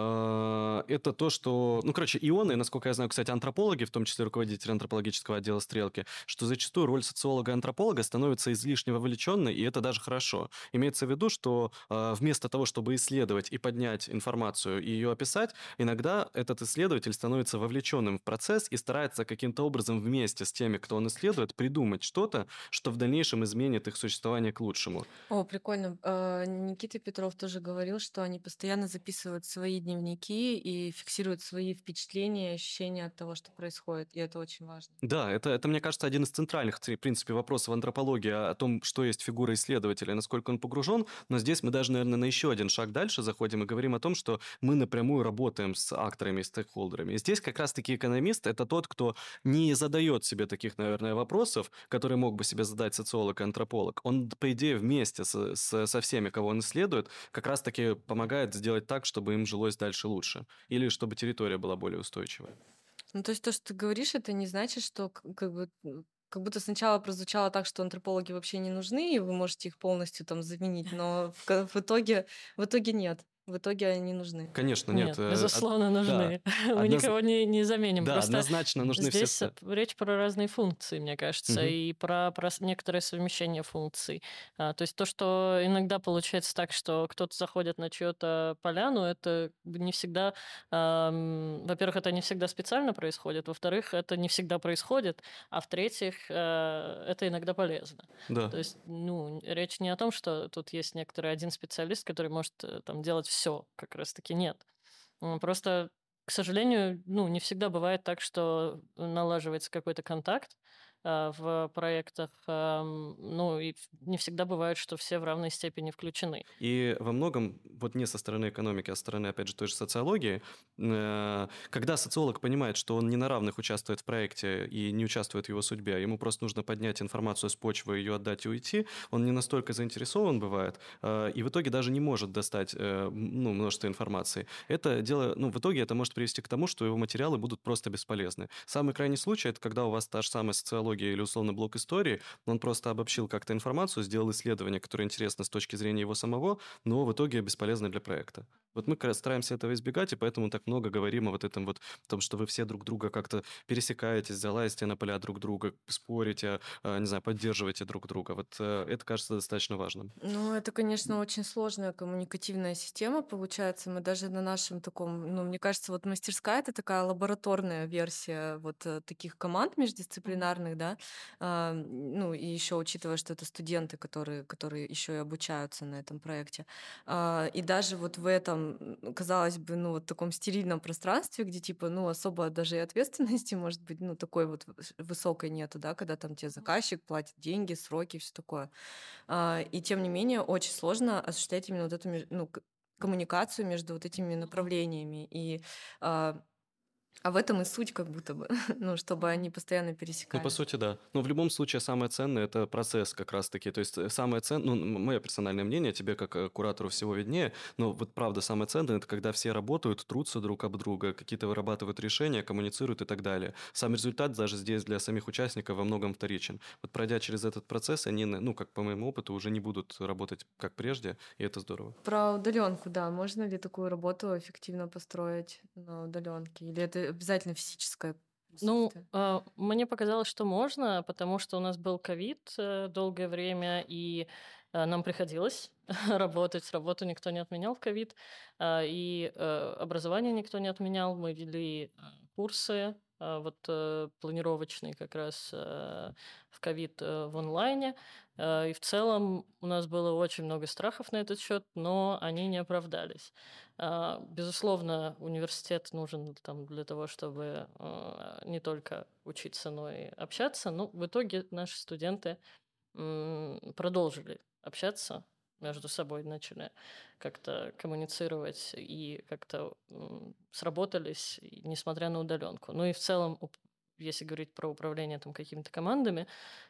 это то, что... Ну, короче, ионы, насколько я знаю, кстати, антропологи, в том числе руководитель антропологического отдела «Стрелки», что зачастую роль социолога и антрополога становится излишне вовлеченной, и это даже хорошо. Имеется в виду, что вместо того, чтобы исследовать и поднять информацию и ее описать, иногда этот исследователь становится вовлеченным в процесс и старается каким-то образом вместе с теми, кто он исследует, придумать что-то, что в дальнейшем изменит их существование к лучшему. О, прикольно. Никита Петров тоже говорил, что они постоянно записывают свои дневники и фиксируют свои впечатления и ощущения от того, что происходит. И это очень важно. Да, это, мне кажется, один из центральных, в принципе, вопросов антропологии о том, что есть фигура исследователя, насколько он погружен. Но здесь мы даже, наверное, на еще один шаг дальше заходим и говорим о том, что мы напрямую работаем с акторами и стейкхолдерами. И здесь как раз-таки экономист – это тот, кто не задает себе таких, наверное, вопросов, которые мог бы себе задать социолог и антрополог. Он, по идее, вместе со всеми, кого он исследует, как раз-таки помогает сделать так, чтобы им жилось дальше лучше. Или чтобы территория была более устойчивой. Ну, то есть то, что ты говоришь, это не значит, что как бы как будто сначала прозвучало так, что антропологи вообще не нужны, и вы можете их полностью там заменить, но в итоге нет. В итоге они нужны. Конечно, нет. Нет, безусловно, нужны. Мы никого не заменим. Да, Просто однозначно нужны все. здесь речь про разные функции, мне кажется, и про некоторое совмещение функций. То есть то, что иногда получается так, что кто-то заходит на чью-то поляну, это не всегда... Во-первых, это не всегда специально происходит, во-вторых, это не всегда происходит, а в-третьих, это иногда полезно. Да. То есть, речь не о том, что тут есть некоторый один специалист, который может там делать все, как раз-таки нет. Просто, к сожалению, не всегда бывает так, что налаживается какой-то контакт в проектах, и не всегда бывает, что все в равной степени включены. И во многом, вот не со стороны экономики, а со стороны, опять же, той же социологии, когда социолог понимает, что он не на равных участвует в проекте и не участвует в его судьбе, а ему просто нужно поднять информацию с почвы, ее отдать и уйти, он не настолько заинтересован бывает, и в итоге даже не может достать множество информации. Это дело, в итоге это может привести к тому, что его материалы будут просто бесполезны. Самый крайний случай – это когда у вас та же самая социология социология или условно блок истории, он просто обобщил как-то информацию, сделал исследование, которое интересно с точки зрения его самого, но в итоге бесполезно для проекта. Вот мы как раз стараемся этого избегать, и поэтому так много говорим о вот этом вот, о том, что вы все друг друга как-то пересекаетесь, залазите на поля друг друга, спорите, не знаю, поддерживаете друг друга. Вот это кажется достаточно важным. Ну, это, конечно, очень сложная коммуникативная система получается. Мы даже на нашем таком, ну, мне кажется, вот мастерская — это такая лабораторная версия вот таких команд междисциплинарных, да. Ну, и еще учитывая, что это студенты, которые еще и обучаются на этом проекте. И даже вот в этом, казалось бы, ну, вот таком стерильном пространстве, где типа, ну, особо даже и ответственности, может быть, ну, такой вот высокой нету, да, когда там тебе заказчик платит деньги, сроки, все такое. И тем не менее очень сложно осуществлять именно вот эту ну, коммуникацию между вот этими направлениями. А в этом и суть как будто бы, ну, чтобы они постоянно Ну, по пересекались. сути, да. Но в любом случае самое ценное – это процесс как раз-таки. То есть самое ценное, ну, мое персональное мнение, тебе как куратору всего виднее, но вот правда самое ценное – это когда все работают, трутся друг об друга, какие-то вырабатывают решения, коммуницируют и так далее. Сам результат даже здесь для самих участников во многом вторичен. Вот пройдя через этот процесс, они, ну, как по моему опыту, уже не будут работать как прежде, и это здорово. Про удаленку, да. Можно ли такую работу эффективно построить на удаленке? Или это обязательно физическое Ну, присутствие? мне показалось, что можно, потому что у нас был ковид долгое время, и нам приходилось работать. Работу никто не отменял в ковид, и образование никто не отменял. Мы вели курсы, вот планировочные как раз в ковид в онлайне. И в целом у нас было очень много страхов на этот счет, но они не оправдались. Безусловно, университет нужен там для того, чтобы не только учиться, но и общаться. Но в итоге наши студенты продолжили общаться между собой, начали как-то коммуницировать и как-то сработались, несмотря на удаленку. Ну и в целом, если говорить про управление там какими-то командами,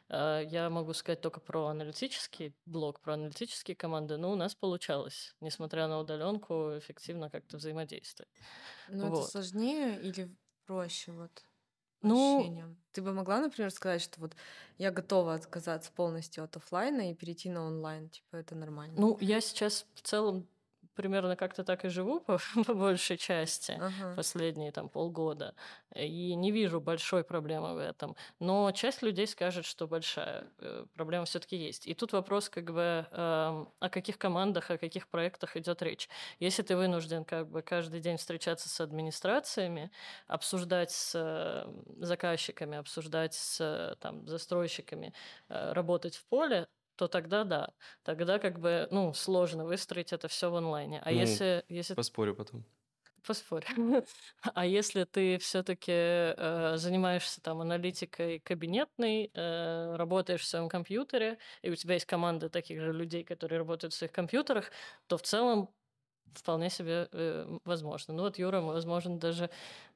я могу сказать только про аналитический блок, про аналитические команды, но у нас получалось, несмотря на удаленку, эффективно как-то взаимодействовать. Ну, это Вот. сложнее или проще вот по Ну, ощущениям? Ты бы могла, например, сказать, что вот я готова отказаться полностью от оффлайна и перейти на онлайн, типа это нормально? ну, я сейчас в целом примерно как-то так и живу по большей части Ага. последние там полгода, и не вижу большой проблемы в этом. Но часть людей скажет, что большая проблема все-таки есть. И тут вопрос как бы о каких командах, о каких проектах идет речь. Если ты вынужден как бы каждый день встречаться с администрациями, обсуждать с заказчиками, обсуждать с там застройщиками, работать в поле, то тогда да. Тогда как бы, ну, сложно выстроить это все в онлайне. А Ну, если Поспорю потом. поспорь. А если ты все-таки занимаешься там аналитикой кабинетной, работаешь в своем компьютере, и у тебя есть команда таких же людей, которые работают в своих компьютерах, то в целом вполне себе возможно. Ну вот Юра, возможно, даже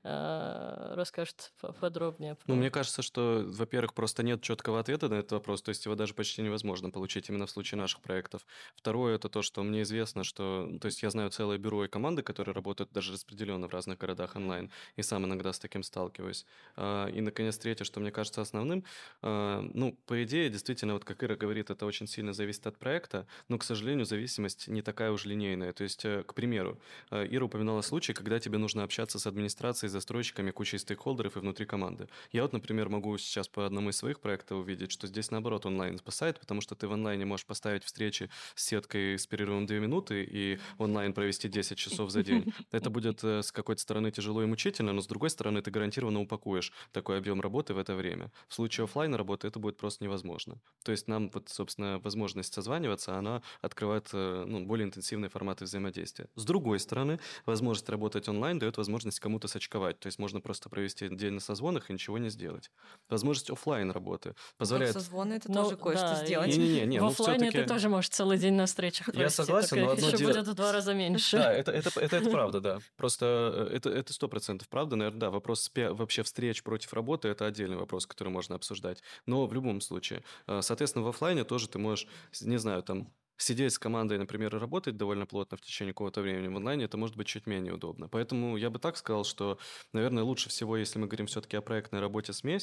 расскажет подробнее Ну, про... мне кажется, что, во-первых, просто нет четкого ответа на этот вопрос, то есть его даже почти невозможно получить именно в случае наших проектов. Второе, это то, что мне известно, что, то есть я знаю целое бюро и команды, которые работают даже распределенно в разных городах онлайн, и сам иногда с таким сталкиваюсь. И, наконец, третье, что мне кажется основным, ну, по идее, действительно, вот как Ира говорит, это очень сильно зависит от проекта, но, к сожалению, зависимость не такая уж линейная. То есть, к примеру, Ира упоминала случай, когда тебе нужно общаться с администрацией, застройщиками, кучей стейкхолдеров и внутри команды. Я вот, например, могу сейчас по одному из своих проектов увидеть, что здесь, наоборот, онлайн спасает, потому что ты в онлайне можешь поставить встречи с сеткой с перерывом 2 минуты и онлайн провести 10 часов за день. Это будет с какой-то стороны тяжело и мучительно, но с другой стороны ты гарантированно упакуешь такой объем работы в это время. В случае оффлайна работы это будет просто невозможно. То есть нам, вот, собственно, возможность созваниваться, она открывает ну, более интенсивные форматы взаимодействия. С другой стороны, возможность работать онлайн дает возможность кому-то сочковать. То есть можно просто провести день на созвонах и ничего не сделать. Возможность оффлайн работы позволяет... Созвоны — это Ну, тоже кое-что да, и сделать. Не-не-не, в ну оффлайне ты все-таки... тоже можешь целый день на встречах Я провести, согласен, только но одно еще дело... будет в 2 раза меньше. Да, это правда, да. Просто это 100% правда. Наверное, да, вопрос вообще встреч против работы – это отдельный вопрос, который можно обсуждать. Но в любом случае, соответственно, в оффлайне тоже ты можешь, не знаю, там, сидеть с командой, например, и работать довольно плотно в течение какого-то времени. В онлайне это может быть чуть менее удобно. Поэтому я бы так сказал, что, наверное, лучше всего, если мы говорим все-таки о проектной работе смесь,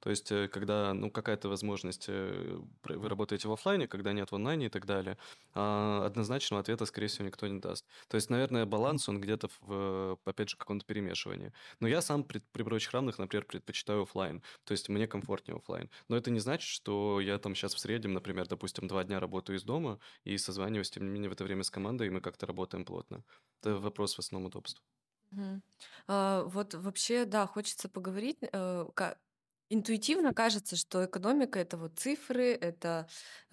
То есть, когда, ну, какая-то возможность, вы работаете в оффлайне, когда нет в онлайне и так далее, однозначного ответа, скорее всего, никто не даст. То есть, наверное, баланс, он где-то опять же, каком-то перемешивании. Но я сам при прочих равных, например, предпочитаю оффлайн. То есть, мне комфортнее оффлайн. Но это не значит, что я там сейчас в среднем, например, допустим, 2 дня работаю из дома и созваниваюсь, тем не менее, в это время с командой, и мы как-то работаем плотно. Это вопрос в основном удобства. Мгм. Вот вообще, да, хочется поговорить. Интуитивно кажется, что экономика — это вот цифры, это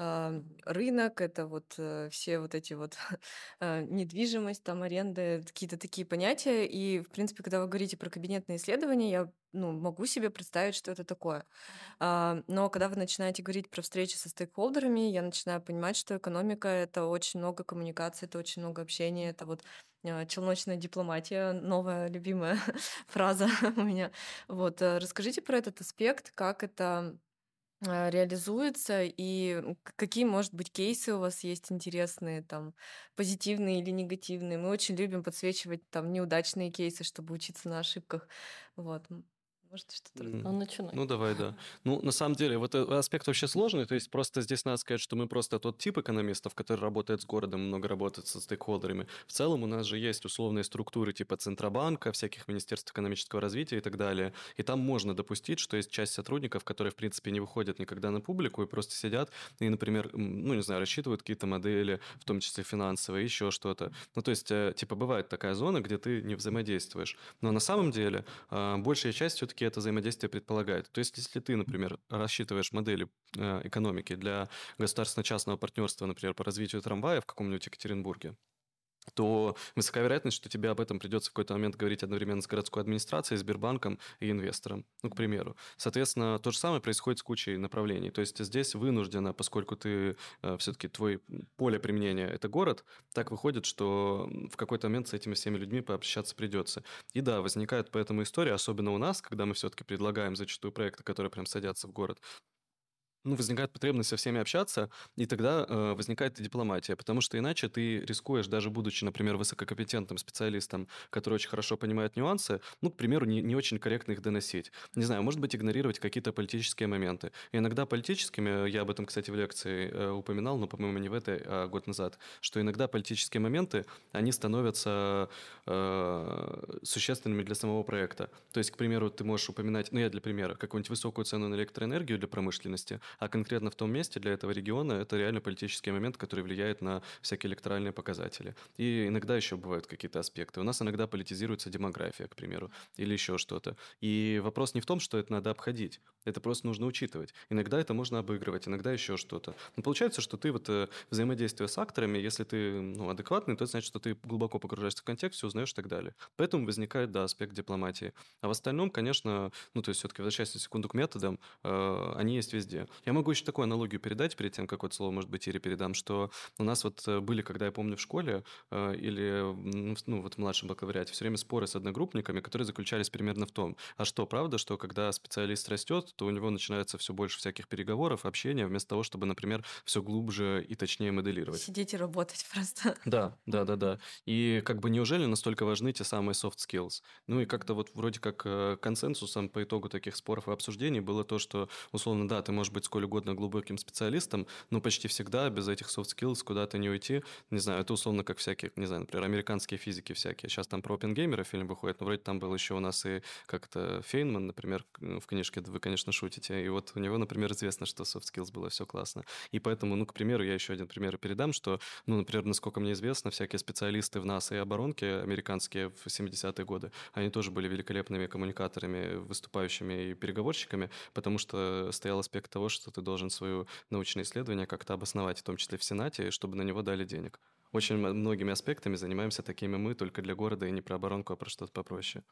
рынок, это вот все вот эти вот недвижимость, там аренда, какие-то такие понятия. И, в принципе, когда вы говорите про кабинетные исследования, я могу себе представить, что это такое. Но когда вы начинаете говорить про встречи со стейкхолдерами, я начинаю понимать, что экономика — это очень много коммуникаций, это очень много общения, это вот челночная дипломатия, новая любимая фраза у меня. Вот, расскажите про этот аспект, как это реализуется и какие, может быть, кейсы у вас есть интересные, там, позитивные или негативные. Мы очень любим подсвечивать там неудачные кейсы, чтобы учиться на ошибках. Вот. Можете что-то М, Ну, начинай. Ну, давай, да. Ну, на самом деле, вот аспект вообще сложный, то есть просто здесь надо сказать, что мы просто тот тип экономистов, который работает с городом, много работает со стейкхолдерами. В целом у нас же есть условные структуры типа Центробанка, всяких министерств экономического развития и так далее. И там можно допустить, что есть часть сотрудников, которые, в принципе, не выходят никогда на публику и просто сидят и, например, ну, не знаю, рассчитывают какие-то модели, в том числе финансовые, еще что-то. Ну, то есть, типа, бывает такая зона, где ты не взаимодействуешь. Но на самом деле большая часть все-таки это взаимодействие предполагает. То есть, если ты, например, рассчитываешь модели экономики для государственно-частного партнерства, например, по развитию трамвая в каком-нибудь Екатеринбурге, то высока вероятность, что тебе об этом придется в какой-то момент говорить одновременно с городской администрацией, Сбербанком и инвестором, ну, к примеру. Соответственно, то же самое происходит с кучей направлений. То есть здесь вынужденно, поскольку ты все-таки твой поле применения – это город, так выходит, что в какой-то момент с этими всеми людьми пообщаться придется. И да, возникает поэтому история, особенно у нас, когда мы все-таки предлагаем зачастую проекты, которые прям садятся в город, ну, возникает потребность со всеми общаться, и тогда возникает и дипломатия, потому что иначе ты рискуешь, даже будучи, например, высококомпетентным специалистом, который очень хорошо понимает нюансы, ну, к примеру, не очень корректно их доносить. Не знаю, может быть, игнорировать какие-то политические моменты. И иногда политическими, я об этом, кстати, в лекции упоминал, но, по-моему, не в этой, а год назад, что иногда политические моменты, они становятся существенными для самого проекта. То есть, к примеру, ты можешь упоминать, ну, я для примера, какую-нибудь высокую цену на электроэнергию для промышленности, а конкретно в том месте для этого региона это реально политический момент, который влияет на всякие электоральные показатели. И иногда еще бывают какие-то аспекты. У нас иногда политизируется демография, к примеру, или еще что-то. И вопрос не в том, что это надо обходить. Это просто нужно учитывать. Иногда это можно обыгрывать, иногда еще что-то. Но получается, что ты вот взаимодействие с акторами, если ты адекватный, то это значит, что ты глубоко погружаешься в контекст, все узнаешь и так далее. Поэтому возникает, да, аспект дипломатии. А в остальном, конечно, ну, то есть все-таки возвращаясь на секунду к методам, они есть везде. Я могу еще такую аналогию передать перед тем, как вот слово, может быть, Ире передам, что у нас вот были, когда я помню, в школе или вот в младшем бакалавриате, все время споры с одногруппниками, которые заключались примерно в том, а что, правда, что когда специалист растет, то у него начинается все больше всяких переговоров, общения, вместо того, чтобы, например, все глубже и точнее моделировать. Сидеть и работать просто. Да, да, да, да. И как бы неужели настолько важны те самые soft skills? Ну и как-то вот вроде как консенсусом по итогу таких споров и обсуждений было то, что, условно, да, ты можешь быть сколь угодно глубоким специалистом, но почти всегда без этих soft skills куда-то не уйти. Не знаю, это условно как всякие, не знаю, например, американские физики всякие. Сейчас там про Оппенгеймера фильм выходит, но вроде там был еще у нас и как-то Фейнман, например, в книжке, вы, конечно, шутите. И вот у него, например, известно, что soft skills было все классно. И поэтому, ну, к примеру, я еще один пример передам, что, ну, например, насколько мне известно, всякие специалисты в НАСА и оборонке американские в 70-е годы, они тоже были великолепными коммуникаторами, выступающими и переговорщиками, потому что стоял аспект того, что ты должен свое научное исследование как-то обосновать, в том числе в Сенате, чтобы на него дали денег. Очень многими аспектами занимаемся такими мы только для города и не про оборонку, а про что-то попроще.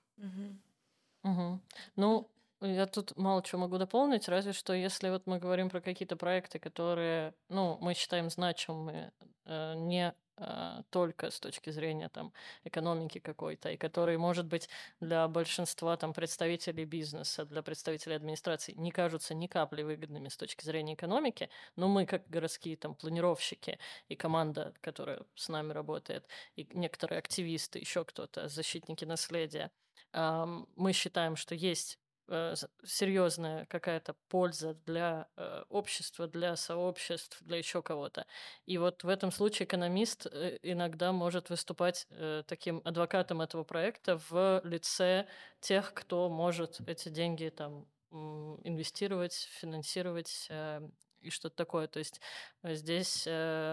Мгм. Ну, я тут мало чего могу дополнить, разве что если вот мы говорим про какие-то проекты, которые, ну, мы считаем значимыми, не только с точки зрения там экономики какой-то, и которые, может быть, для большинства там представителей бизнеса, для представителей администрации не кажутся ни капли выгодными с точки зрения экономики, но мы как городские там планировщики и команда, которая с нами работает, и некоторые активисты, еще кто-то, защитники наследия, мы считаем, что есть серьезная какая-то польза для общества, для сообществ, для еще кого-то. И вот в этом случае экономист иногда может выступать таким адвокатом этого проекта в лице тех, кто может эти деньги там инвестировать, финансировать и что-то такое. То есть здесь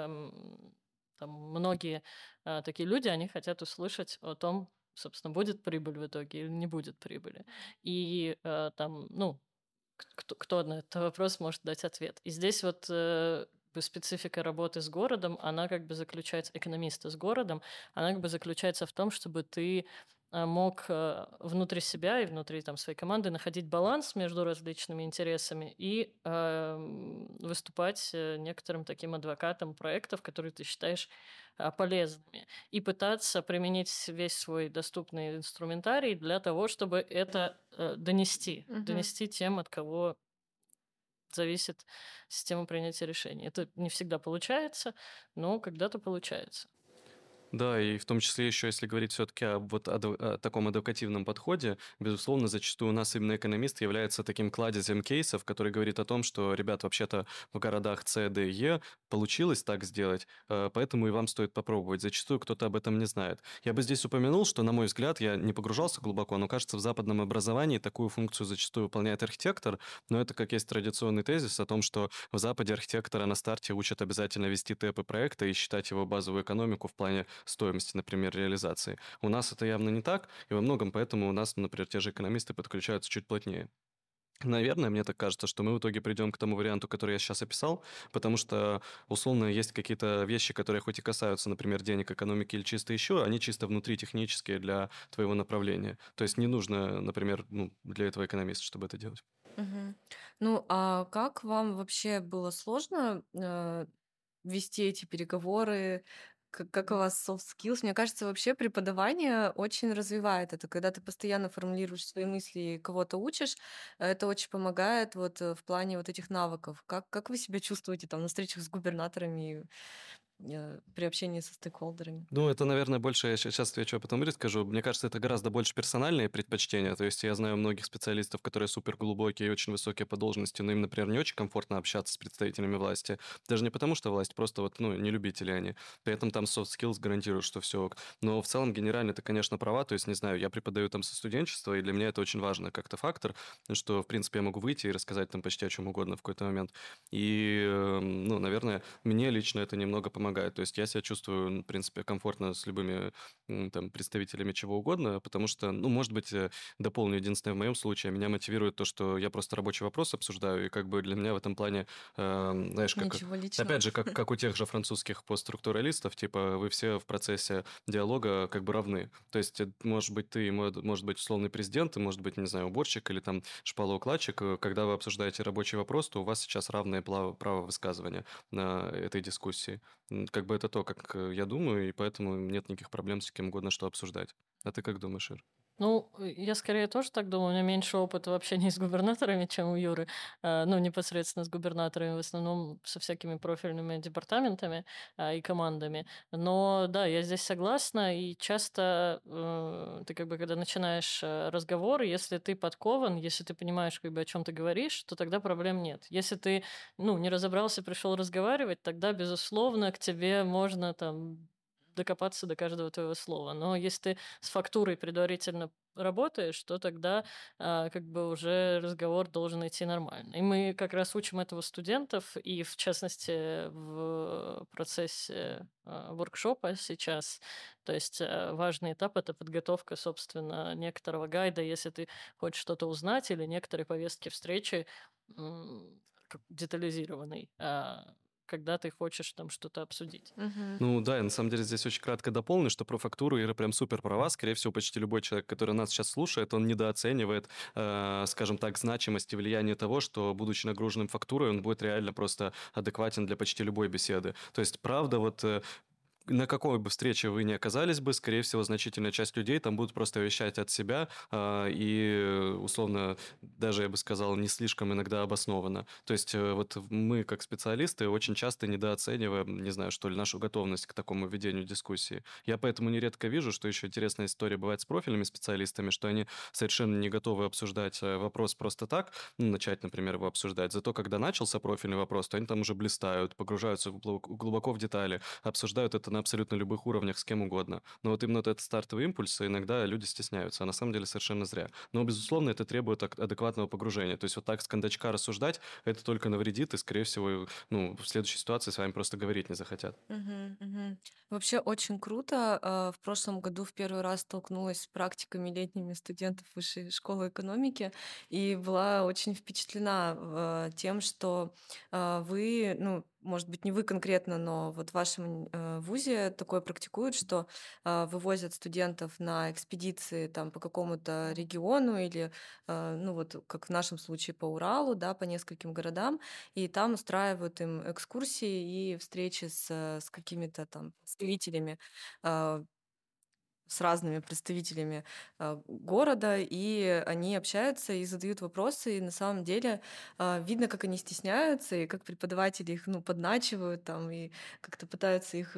там многие такие люди, они хотят услышать о том, собственно, будет прибыль в итоге или не будет прибыли. И там, ну, кто на этот вопрос может дать ответ. И здесь вот специфика работы с городом, она как бы заключается, экономиста с городом, она как бы заключается в том, чтобы ты мог внутри себя и внутри там, своей команды находить баланс между различными интересами и выступать некоторым таким адвокатом проектов, которые ты считаешь полезными, и пытаться применить весь свой доступный инструментарий для того, чтобы это донести тем, от кого зависит система принятия решений. Это не всегда получается, но когда-то получается. Да, и в том числе еще, если говорить все-таки о таком адвокативном подходе, безусловно, зачастую у нас именно экономист является таким кладезем кейсов, который говорит о том, что, ребят, вообще-то в городах С, Д, Е получилось так сделать, поэтому и вам стоит попробовать. Зачастую кто-то об этом не знает. Я бы здесь упомянул, что, на мой взгляд, я не погружался глубоко, но, кажется, в западном образовании такую функцию зачастую выполняет архитектор, но это как есть традиционный тезис о том, что в Западе архитектора на старте учат обязательно вести ТЭПы проекта и считать его базовую экономику в плане стоимости, например, реализации. У нас это явно не так, и во многом поэтому у нас, например, те же экономисты подключаются чуть плотнее. Наверное, мне так кажется, что мы в итоге придем к тому варианту, который я сейчас описал, потому что, условно, есть какие-то вещи, которые хоть и касаются, например, денег, экономики или чисто еще, они чисто внутри технические для твоего направления. То есть не нужно, например, для этого экономиста, чтобы это делать. Мгм. Ну, а как вам вообще было сложно вести эти переговоры? Как у вас soft skills? Мне кажется, вообще преподавание очень развивает это. Когда ты постоянно формулируешь свои мысли и кого-то учишь, это очень помогает вот в плане вот этих навыков. Как вы себя чувствуете там на встречах с губернаторами, при общении со стейкхолдерами? Ну, это, наверное, больше, я сейчас отвечу, а потом скажу. Мне кажется, это гораздо больше персональные предпочтения. То есть я знаю многих специалистов, которые супер глубокие и очень высокие по должности, но им, например, не очень комфортно общаться с представителями власти. Даже не потому, что власть, просто вот, не любители они. При этом там soft skills гарантируют, что все ок. Но в целом генерально это, конечно, права. То есть, не знаю, я преподаю там со студенчества, и для меня это очень важно как-то фактор, что, в принципе, я могу выйти и рассказать там почти о чем угодно в какой-то момент. И, наверное, мне лично это немного помогает. То есть я себя чувствую, в принципе, комфортно с любыми там представителями чего угодно, потому что, может быть, дополню, единственное, в моем случае меня мотивирует то, что я просто рабочий вопрос обсуждаю, и как бы для меня в этом плане, знаешь, Ничего личного. опять же, как у тех же французских постструктуралистов, типа вы все в процессе диалога как бы равны. То есть, может быть, ты, может быть, условный президент, и может быть, не знаю, уборщик или там шпалоукладчик, когда вы обсуждаете рабочий вопрос, то у вас сейчас равное право высказывания на этой дискуссии. Как бы это то, как я думаю, и поэтому нет никаких проблем с кем угодно что обсуждать. А ты как думаешь, Ир? Ну, я скорее тоже так думаю. У меня меньше опыта в общении с губернаторами, чем у Юры. Непосредственно с губернаторами, в основном со всякими профильными департаментами и командами. Но да, я здесь согласна, и часто ты как бы, когда начинаешь разговор, если ты подкован, если ты понимаешь, как бы, о чем ты говоришь, то тогда проблем нет. Если ты, не разобрался, пришел разговаривать, тогда, безусловно, к тебе можно там докопаться до каждого твоего слова. Но если ты с фактурой предварительно работаешь, то тогда как бы уже разговор должен идти нормально. И мы как раз учим этого студентов, и в частности в процессе воркшопа сейчас. То есть важный этап — это подготовка, собственно, некоторого гайда, если ты хочешь что-то узнать, или некоторые повестки встречи детализированной, когда ты хочешь там что-то обсудить. Мгм. Да, я на самом деле здесь очень кратко дополню, что про фактуру Ира прям супер права. Скорее всего, почти любой человек, который нас сейчас слушает, он недооценивает, скажем так, значимость и влияние того, что, будучи нагруженным фактурой, он будет реально просто адекватен для почти любой беседы. То есть, правда, вот на какой бы встрече вы ни оказались бы, скорее всего, значительная часть людей там будут просто вещать от себя, и, условно, даже, я бы сказал, не слишком иногда обоснованно. То есть вот мы, как специалисты, очень часто недооцениваем, не знаю, что ли, нашу готовность к такому ведению дискуссии. Я поэтому нередко вижу, что еще интересная история бывает с профильными специалистами, что они совершенно не готовы обсуждать вопрос просто так, ну, начать, например, его обсуждать. Зато когда начался профильный вопрос, то они там уже блистают, погружаются глубоко в детали, обсуждают это на абсолютно любых уровнях с кем угодно. Но вот именно вот этот стартовый импульс, иногда люди стесняются, а на самом деле совершенно зря. Но, безусловно, это требует адекватного погружения. То есть вот так с кондачка рассуждать, это только навредит, и, скорее всего, ну, в следующей ситуации с вами просто говорить не захотят. Мгм, мгм. Вообще очень круто. В прошлом году в первый раз столкнулась с практиками летними студентов Высшей школы экономики и была очень впечатлена тем, что вы, ну, может быть, не вы конкретно, но вот в вашем вузе такое практикуют, что вывозят студентов на экспедиции там по какому-то региону или, ну вот как в нашем случае по Уралу, да, по нескольким городам, и там устраивают им экскурсии и встречи с какими-то там представителями, а, с разными представителями города, и они общаются и задают вопросы, и на самом деле видно, как они стесняются, и как преподаватели их, ну, подначивают там, и как-то пытаются их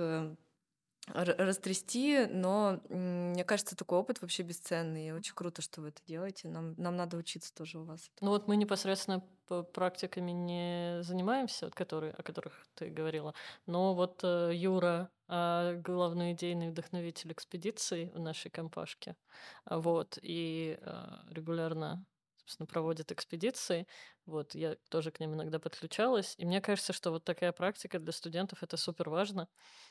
растрясти, но мне кажется, такой опыт вообще бесценный, и очень круто, что вы это делаете. Нам надо учиться тоже у вас. Ну вот мы непосредственно практиками не занимаемся, вот о которых ты говорила, но вот Юра, главный идейный вдохновитель экспедиций в нашей компашке, вот, и регулярно, собственно, проводит экспедиции, вот, я тоже к ним иногда подключалась, и мне кажется, что вот такая практика для студентов — это супер важно.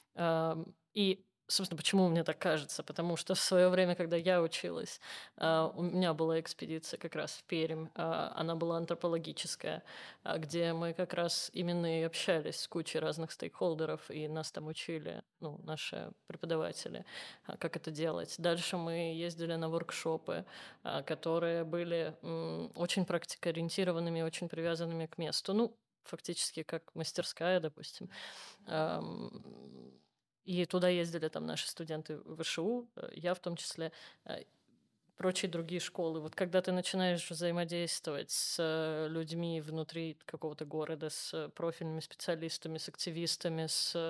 И, собственно, почему мне так кажется? Потому что в свое время, когда я училась, у меня была экспедиция как раз в Пермь, она была антропологическая, где мы как раз именно и общались с кучей разных стейкхолдеров, и нас там учили, ну, наши преподаватели, как это делать. Дальше мы ездили на воркшопы, которые были очень практикоориентированными, очень привязанными к месту. Ну, фактически как мастерская, допустим. И туда ездили там наши студенты ВШУ, я в том числе, прочие другие школы. Вот когда ты начинаешь взаимодействовать с людьми внутри какого-то города, с профильными специалистами, с активистами,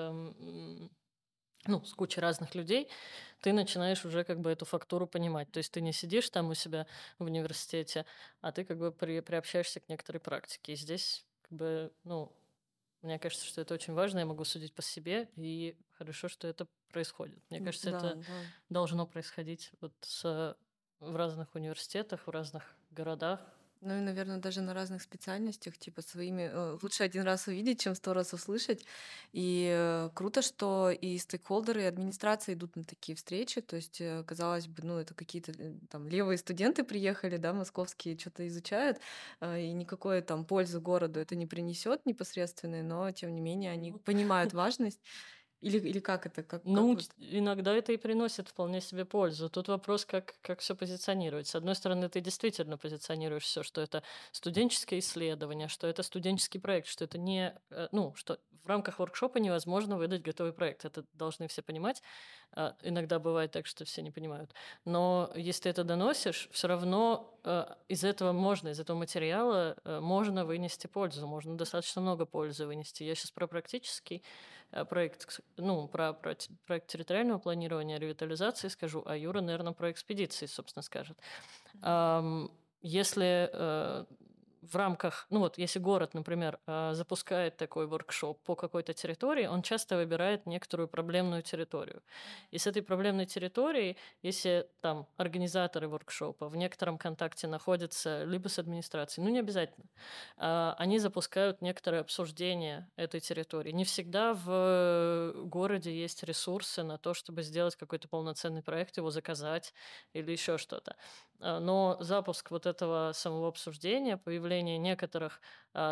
ну, с кучей разных людей, ты начинаешь уже как бы эту фактуру понимать. То есть ты не сидишь там у себя в университете, а ты как бы приобщаешься к некоторой практике. И здесь как бы, ну, мне кажется, что это очень важно, я могу судить по себе, и хорошо, что это происходит. Мне кажется, Да, это да. должно происходить вот в разных университетах, в разных городах. Ну и, наверное, даже на разных специальностях, типа своими... лучше один раз увидеть, чем 100 раз услышать. И круто, что и стейкхолдеры, и администрация идут на такие встречи. То есть, казалось бы, ну это какие-то там левые студенты приехали, да, московские, что-то изучают, и никакой там пользы городу это не принесет непосредственной, но тем не менее они понимают важность. Или как это? Как Ну, вот? иногда это и приносит вполне себе пользу. Тут вопрос, как все позиционировать. С одной стороны, ты действительно позиционируешь все, что это студенческое исследование, что это студенческий проект, что это не... Ну, что в рамках воркшопа невозможно выдать готовый проект. Это должны все понимать. Иногда бывает так, что все не понимают. Но если ты это доносишь, все равно из этого материала можно вынести пользу, можно достаточно много пользы вынести. Я сейчас про практический проект, ну, про проект территориального планирования, ревитализации скажу, а Юра, наверное, про экспедиции, собственно, скажет. Если в рамках, ну вот, если город, например, запускает такой воркшоп по какой-то территории, он часто выбирает некоторую проблемную территорию. И с этой проблемной территорией, если там организаторы воркшопа в некотором контакте находятся либо с администрацией, ну не обязательно, они запускают некоторое обсуждение этой территории. Не всегда в городе есть ресурсы на то, чтобы сделать какой-то полноценный проект, его заказать или еще что-то. Но запуск вот этого самого обсуждения, появление некоторых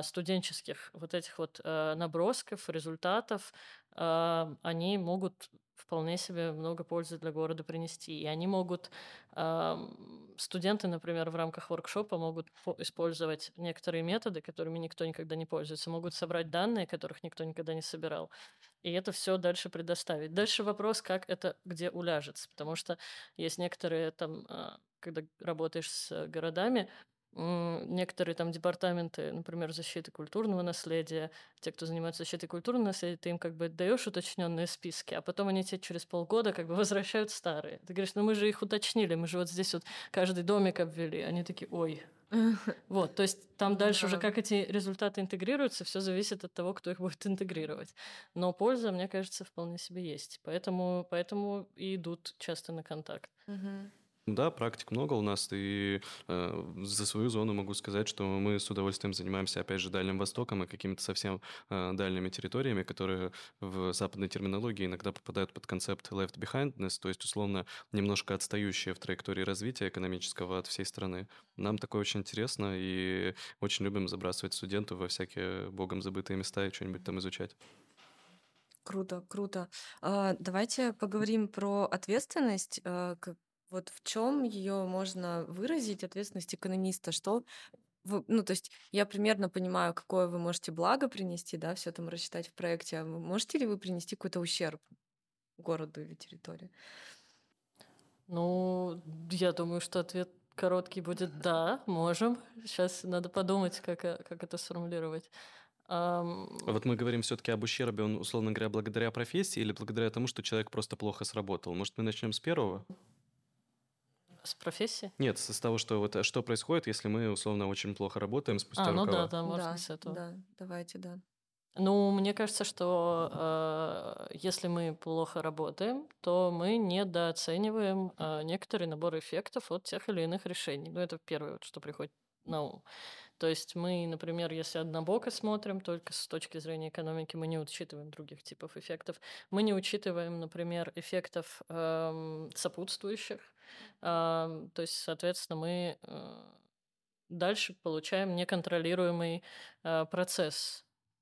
студенческих вот этих вот набросков, результатов, они могут вполне себе много пользы для города принести. И они могут, студенты, например, в рамках воркшопа могут использовать некоторые методы, которыми никто никогда не пользуется, могут собрать данные, которых никто никогда не собирал, и это все дальше предоставить. Дальше вопрос, как это где уляжется, потому что есть некоторые там, когда работаешь с городами, некоторые там департаменты, например, защиты культурного наследия, те, кто занимается защитой культурного наследия, ты им как бы даешь уточненные списки, а потом они тебе через полгода как бы возвращают старые. Ты говоришь, ну мы же их уточнили, мы же вот здесь вот каждый домик обвели. Они такие, ой. Вот, то есть там дальше уже как эти результаты интегрируются, все зависит от того, кто их будет интегрировать. Но польза, мне кажется, вполне себе есть. Поэтому и идут часто на контакт. Да, практик много у нас, и за свою зону могу сказать, что мы с удовольствием занимаемся, опять же, Дальним Востоком и какими-то совсем дальними территориями, которые в западной терминологии иногда попадают под концепт left behindness, то есть, условно, немножко отстающие в траектории развития экономического от всей страны. Нам такое очень интересно, и очень любим забрасывать студентов во всякие богом забытые места и что-нибудь там изучать. Круто, круто. Давайте поговорим про ответственность. Вот в чем ее можно выразить, ответственность экономиста? Что ну, то есть я примерно понимаю, какое вы можете благо принести, да, все там рассчитать в проекте. А можете ли вы принести какой-то ущерб городу или территории? Ну, я думаю, что ответ короткий будет «да, можем». Сейчас надо подумать, как это сформулировать. Вот мы говорим все-таки об ущербе, он, условно говоря, благодаря профессии или благодаря тому, что человек просто плохо сработал? Может, мы начнем с первого? С профессии? Нет, с того, что вот что происходит, если мы, условно, очень плохо работаем спустя Ну рукава. да, можно с этого. Да, давайте, да. Ну, мне кажется, что если мы плохо работаем, то мы недооцениваем некоторый набор эффектов от тех или иных решений. Ну, это первое, вот, что приходит на ум. То есть мы, например, если однобоко смотрим, только с точки зрения экономики, мы не учитываем других типов эффектов. Мы не учитываем, например, эффектов сопутствующих. То есть, соответственно, мы дальше получаем неконтролируемый процесс.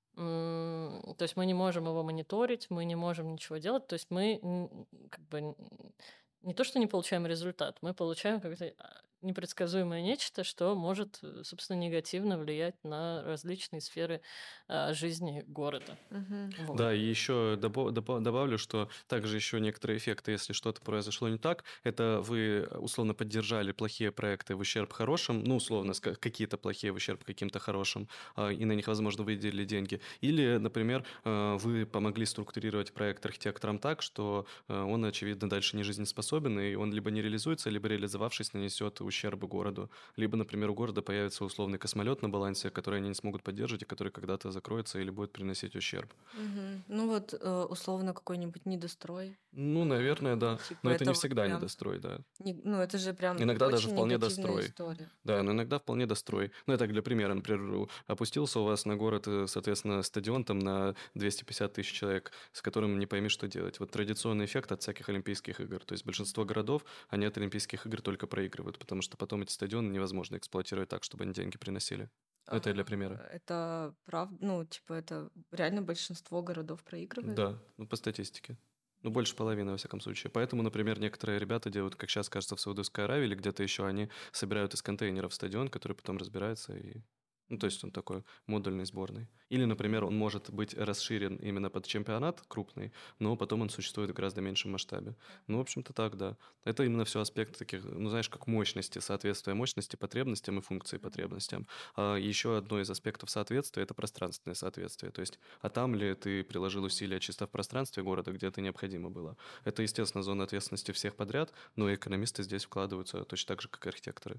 То есть мы не можем его мониторить, мы не можем ничего делать. То есть мы как бы не то, что не получаем результат, мы получаем какое-то непредсказуемое нечто, что может, собственно, негативно влиять на различные сферы жизни города. Вот. Да, и еще добавлю, что также еще некоторые эффекты, если что-то произошло не так, это вы условно поддержали плохие проекты в ущерб хорошим, ну, условно, какие-то плохие в ущерб каким-то хорошим, и на них, возможно, выделили деньги. Или, например, вы помогли структурировать проект архитекторам так, что он, очевидно, дальше не жизнеспособен, и он либо не реализуется, либо, реализовавшись, нанесет ущерб городу. Либо, например, у города появится условный космолет на балансе, который они не смогут поддерживать, и который когда-то закроется или будет приносить ущерб. Ну вот, условно, какой-нибудь недострой. Ну, наверное, да. Типа Но это не вот всегда прям недострой, да. Ну, это же прям Иногда даже очень вполне негативная дострой. история. Да, но иногда вполне дострой. Ну, это так для примера, например, опустился у вас на город, соответственно, стадион там на 250 тысяч человек, с которым не пойми, что делать. Вот традиционный эффект от всяких Олимпийских игр. То есть большинство городов, они от Олимпийских игр только проигрывают, потому что потом эти стадионы невозможно эксплуатировать так, чтобы они деньги приносили. Ну, это я для примера. Это правда, ну, типа, это реально большинство городов проигрывает? Да, ну, по статистике. Ну, больше половины, во всяком случае. Поэтому, например, некоторые ребята делают, как сейчас кажется, в Саудовской Аравии или где-то еще, они собирают из контейнеров стадион, который потом разбирается и... Ну, то есть он такой модульный, сборный. Или, например, он может быть расширен именно под чемпионат крупный, но потом он существует в гораздо меньшем масштабе. Ну, в общем-то, так, да. Это именно все аспекты таких, ну, знаешь, как мощности, соответствия мощности потребностям и функции потребностям. А еще одно из аспектов соответствия – это пространственное соответствие. То есть, а там ли ты приложил усилия чисто в пространстве города, где это необходимо было? Это, естественно, зона ответственности всех подряд, но экономисты здесь вкладываются точно так же, как и архитекторы.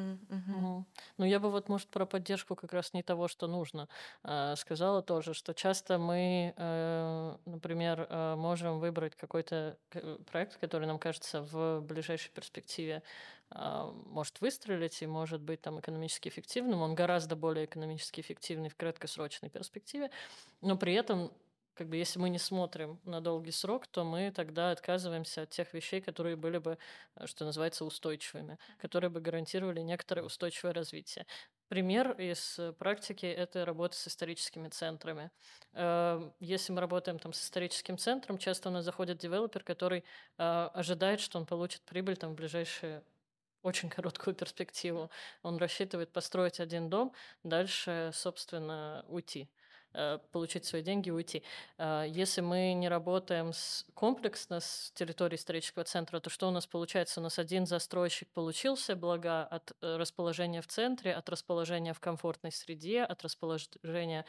Ну, я бы вот, может, про поддержку как раз не того, что нужно, сказала тоже, что часто мы, например, можем выбрать какой-то проект, который нам кажется в ближайшей перспективе может выстрелить и может быть там экономически эффективным. Он гораздо более экономически эффективный в краткосрочной перспективе, но при этом как бы если мы не смотрим на долгий срок, то мы тогда отказываемся от тех вещей, которые были бы, что называется, устойчивыми, которые бы гарантировали некоторое устойчивое развитие. Пример из практики — это работа с историческими центрами. Если мы работаем там с историческим центром, часто у нас заходит девелопер, который ожидает, что он получит прибыль там в ближайшие очень короткую перспективу. Он рассчитывает построить один дом, дальше, собственно, уйти, получить свои деньги и уйти. Если мы не работаем комплексно с территорией исторического центра, то что у нас получается? У нас один застройщик получил все блага от расположения в центре, от расположения в комфортной среде, от расположения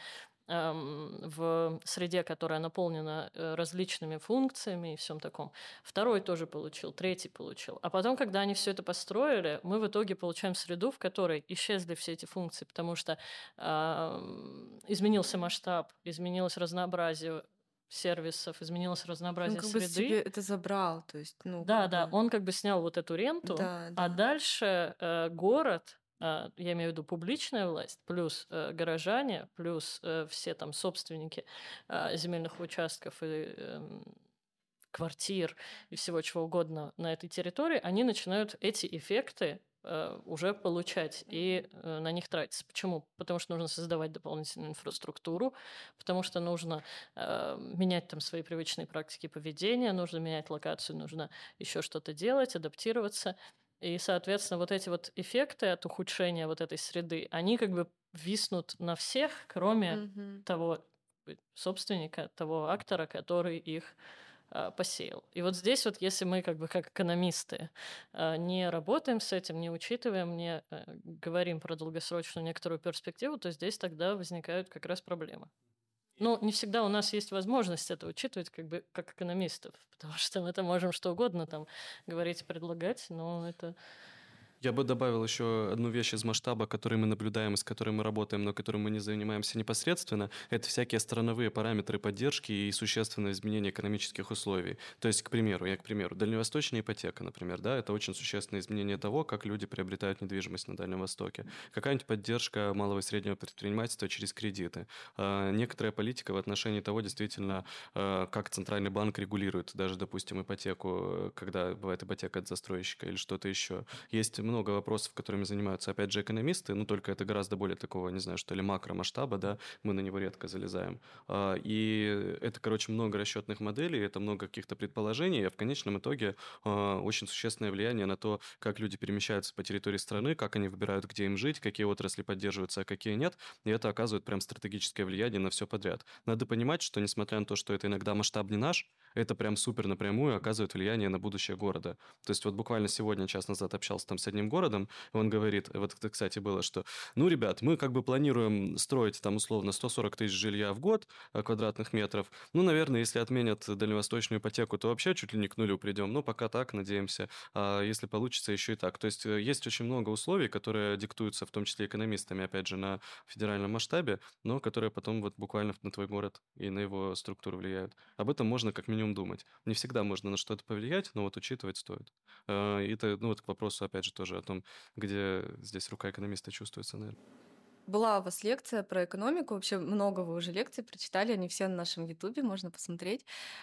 в среде, которая наполнена различными функциями и всем таком. Второй тоже получил, третий получил. А потом, когда они все это построили, мы в итоге получаем среду, в которой исчезли все эти функции, потому что изменился масштаб, изменилось разнообразие сервисов, изменилось разнообразие как бы среды. себе это забрал, то есть, Да, он как бы снял вот эту ренту, Да, а да. дальше город, я имею в виду публичная власть, плюс горожане, плюс все там собственники земельных участков и квартир и всего чего угодно на этой территории, они начинают эти эффекты уже получать и на них тратиться. Почему? Потому что нужно создавать дополнительную инфраструктуру, потому что нужно менять там свои привычные практики поведения, нужно менять локацию, нужно еще что-то делать, адаптироваться. И, соответственно, вот эти вот эффекты от ухудшения вот этой среды, они как бы виснут на всех, кроме того собственника, того актора, который их посеял. И вот здесь вот, если мы как бы как экономисты не работаем с этим, не учитываем, не говорим про долгосрочную некоторую перспективу, то здесь тогда возникают как раз проблемы. Но не всегда у нас есть возможность это учитывать как бы как экономистов, потому что мы это можем что угодно там говорить, предлагать, но это... Я бы добавил еще одну вещь из масштаба, который мы наблюдаем, с которой мы работаем, но которым мы не занимаемся непосредственно. Это всякие страновые параметры поддержки и существенное изменение экономических условий. То есть, к примеру, дальневосточная ипотека, например, да, это очень существенное изменение того, как люди приобретают недвижимость на Дальнем Востоке. Какая-нибудь поддержка малого и среднего предпринимательства через кредиты. Некоторая политика в отношении того, действительно, как Центральный банк регулирует даже, допустим, ипотеку, когда бывает ипотека от застройщика или что-то еще. Есть много вопросов, которыми занимаются, опять же, экономисты, но только это гораздо более такого, не знаю, что ли, макромасштаба, да, мы на него редко залезаем. И это, короче, много расчетных моделей, это много каких-то предположений, а в конечном итоге очень существенное влияние на то, как люди перемещаются по территории страны, как они выбирают, где им жить, какие отрасли поддерживаются, а какие нет, и это оказывает прям стратегическое влияние на все подряд. Надо понимать, что, несмотря на то, что это иногда масштаб не наш, это прям супер напрямую оказывает влияние на будущее города. То есть вот буквально сегодня, час назад, общался там с одним городом, и он говорит, вот это, кстати, было, что, ну, ребят, мы как бы планируем строить там условно 140 тысяч жилья в год, квадратных метров. Ну, наверное, если отменят дальневосточную ипотеку, то вообще чуть ли не к нулю придем. Ну, пока так, надеемся. А если получится, еще и так. То есть есть очень много условий, которые диктуются, в том числе экономистами, опять же, на федеральном масштабе, но которые потом вот буквально на твой город и на его структуру влияют. Об этом можно как минимум думать. Не всегда можно на что-то повлиять, но вот учитывать стоит. И это, ну, вот к вопросу, опять же, тоже о том, где здесь рука экономиста чувствуется, наверное. Была у вас лекция про экономику, вообще много вы уже лекций прочитали, они все на нашем Ютубе, можно посмотреть.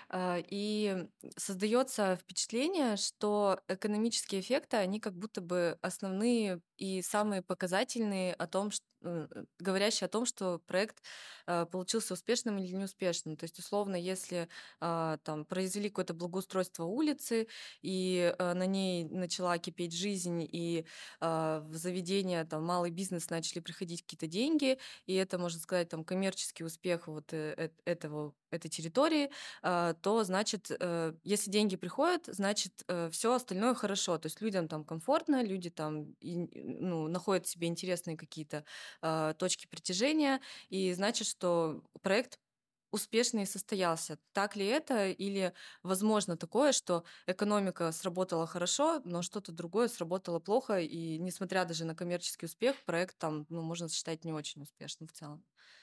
И создается впечатление, что экономические эффекты, они как будто бы основные и самые показательные о том, говорящие о том, что проект получился успешным или неуспешным. То есть, условно, если там произвели какое-то благоустройство улицы, и на ней начала кипеть жизнь, и в заведение, там, малый бизнес начали приходить какие-то деньги, и это, можно сказать, там, коммерческий успех вот этой территории, то, значит, если деньги приходят, значит, все остальное хорошо. То есть людям там комфортно, люди там находят себе интересные какие-то точки притяжения, и значит, что проект успешный и состоялся. Так ли это? Или возможно такое, что экономика сработала хорошо, но что-то другое сработало плохо, и несмотря даже на коммерческий успех, проект там, можно считать не очень успешным в целом?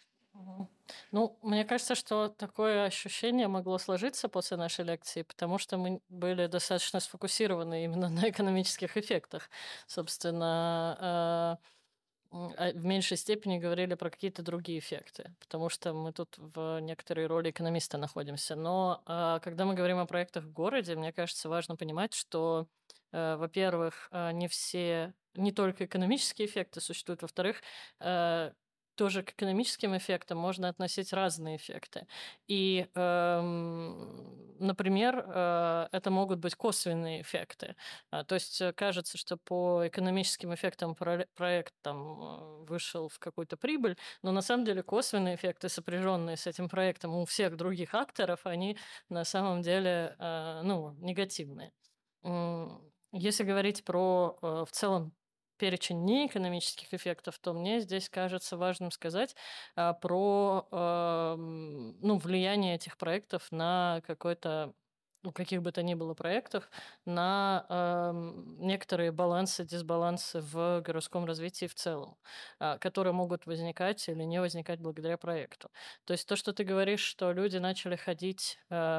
Ну, мне кажется, что такое ощущение могло сложиться после нашей лекции, потому что мы были достаточно сфокусированы именно на экономических эффектах. Собственно, в меньшей степени говорили про какие-то другие эффекты, потому что мы тут в некоторой роли экономиста находимся. Но когда мы говорим о проектах в городе, мне кажется, важно понимать, что, во-первых, не только экономические эффекты существуют, во-вторых, тоже к экономическим эффектам можно относить разные эффекты. И, например, это могут быть косвенные эффекты. То есть кажется, что по экономическим эффектам проект там вышел в какую-то прибыль, но на самом деле косвенные эффекты, сопряженные с этим проектом у всех других акторов, они на самом деле негативные. Если говорить про в целом перечень неэкономических эффектов, то мне здесь кажется важным сказать про влияние этих проектов на какой-то каких бы то ни было проектов, на некоторые балансы, дисбалансы в городском развитии в целом, которые могут возникать или не возникать благодаря проекту. То есть то, что ты говоришь, что люди начали ходить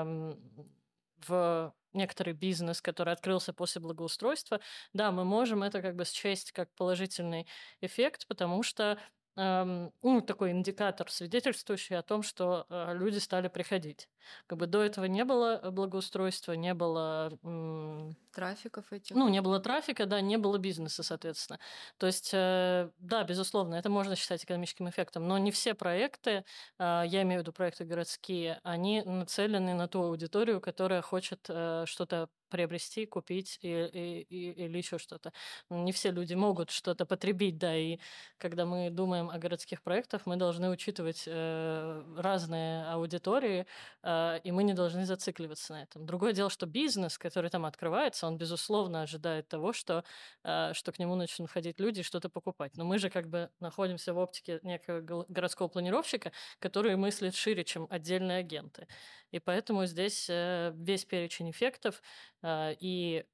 в некоторый бизнес, который открылся после благоустройства, да, мы можем это как бы счесть как положительный эффект, потому что такой индикатор, свидетельствующий о том, что люди стали приходить. Как бы до этого не было благоустройства, не было Трафиков этих. не было трафика, да, не было бизнеса, соответственно. То есть, да, безусловно, это можно считать экономическим эффектом, но не все проекты, я имею в виду проекты городские, они нацелены на ту аудиторию, которая хочет что-то приобрести, купить или еще что-то. Не все люди могут что-то потребить, да, и когда мы думаем о городских проектах, мы должны учитывать разные аудитории, и мы не должны зацикливаться на этом. Другое дело, что бизнес, который там открывается, он, безусловно, ожидает того, что к нему начнут ходить люди и что-то покупать. Но мы же как бы находимся в оптике некого городского планировщика, который мыслит шире, чем отдельные агенты. И поэтому здесь весь перечень эффектов и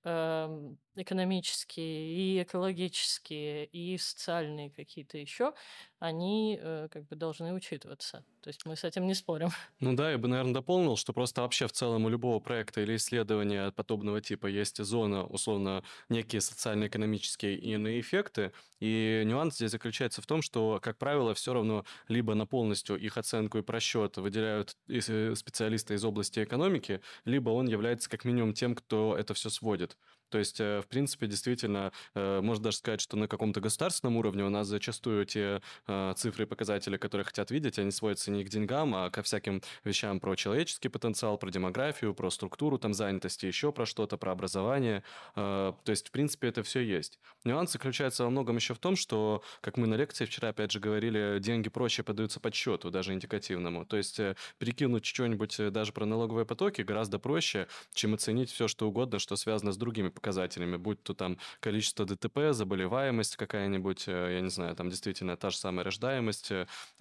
экономические, и экологические, и социальные какие-то еще, они как бы должны учитываться. То есть мы с этим не спорим. Ну да, я бы, наверное, дополнил, что просто вообще в целом у любого проекта или исследования подобного типа есть зона, условно, некие социально-экономические и иные эффекты. И нюанс здесь заключается в том, что, как правило, все равно либо на полностью их оценку и просчет выделяют специалисты из области экономики, либо он является как минимум тем, кто это все сводит. То есть, в принципе, действительно, можно даже сказать, что на каком-то государственном уровне у нас зачастую те цифры и показатели, которые хотят видеть, они сводятся не к деньгам, а ко всяким вещам про человеческий потенциал, про демографию, про структуру там занятости, еще про что-то, про образование. То есть, в принципе, это все есть. Нюанс заключается во многом еще в том, что, как мы на лекции вчера, опять же, говорили, деньги проще подаются подсчету, даже индикативному. То есть, перекинуть что-нибудь даже про налоговые потоки гораздо проще, чем оценить все, что угодно, что связано с другими показателями, будь то там количество ДТП, заболеваемость какая-нибудь, я не знаю, там действительно та же самая рождаемость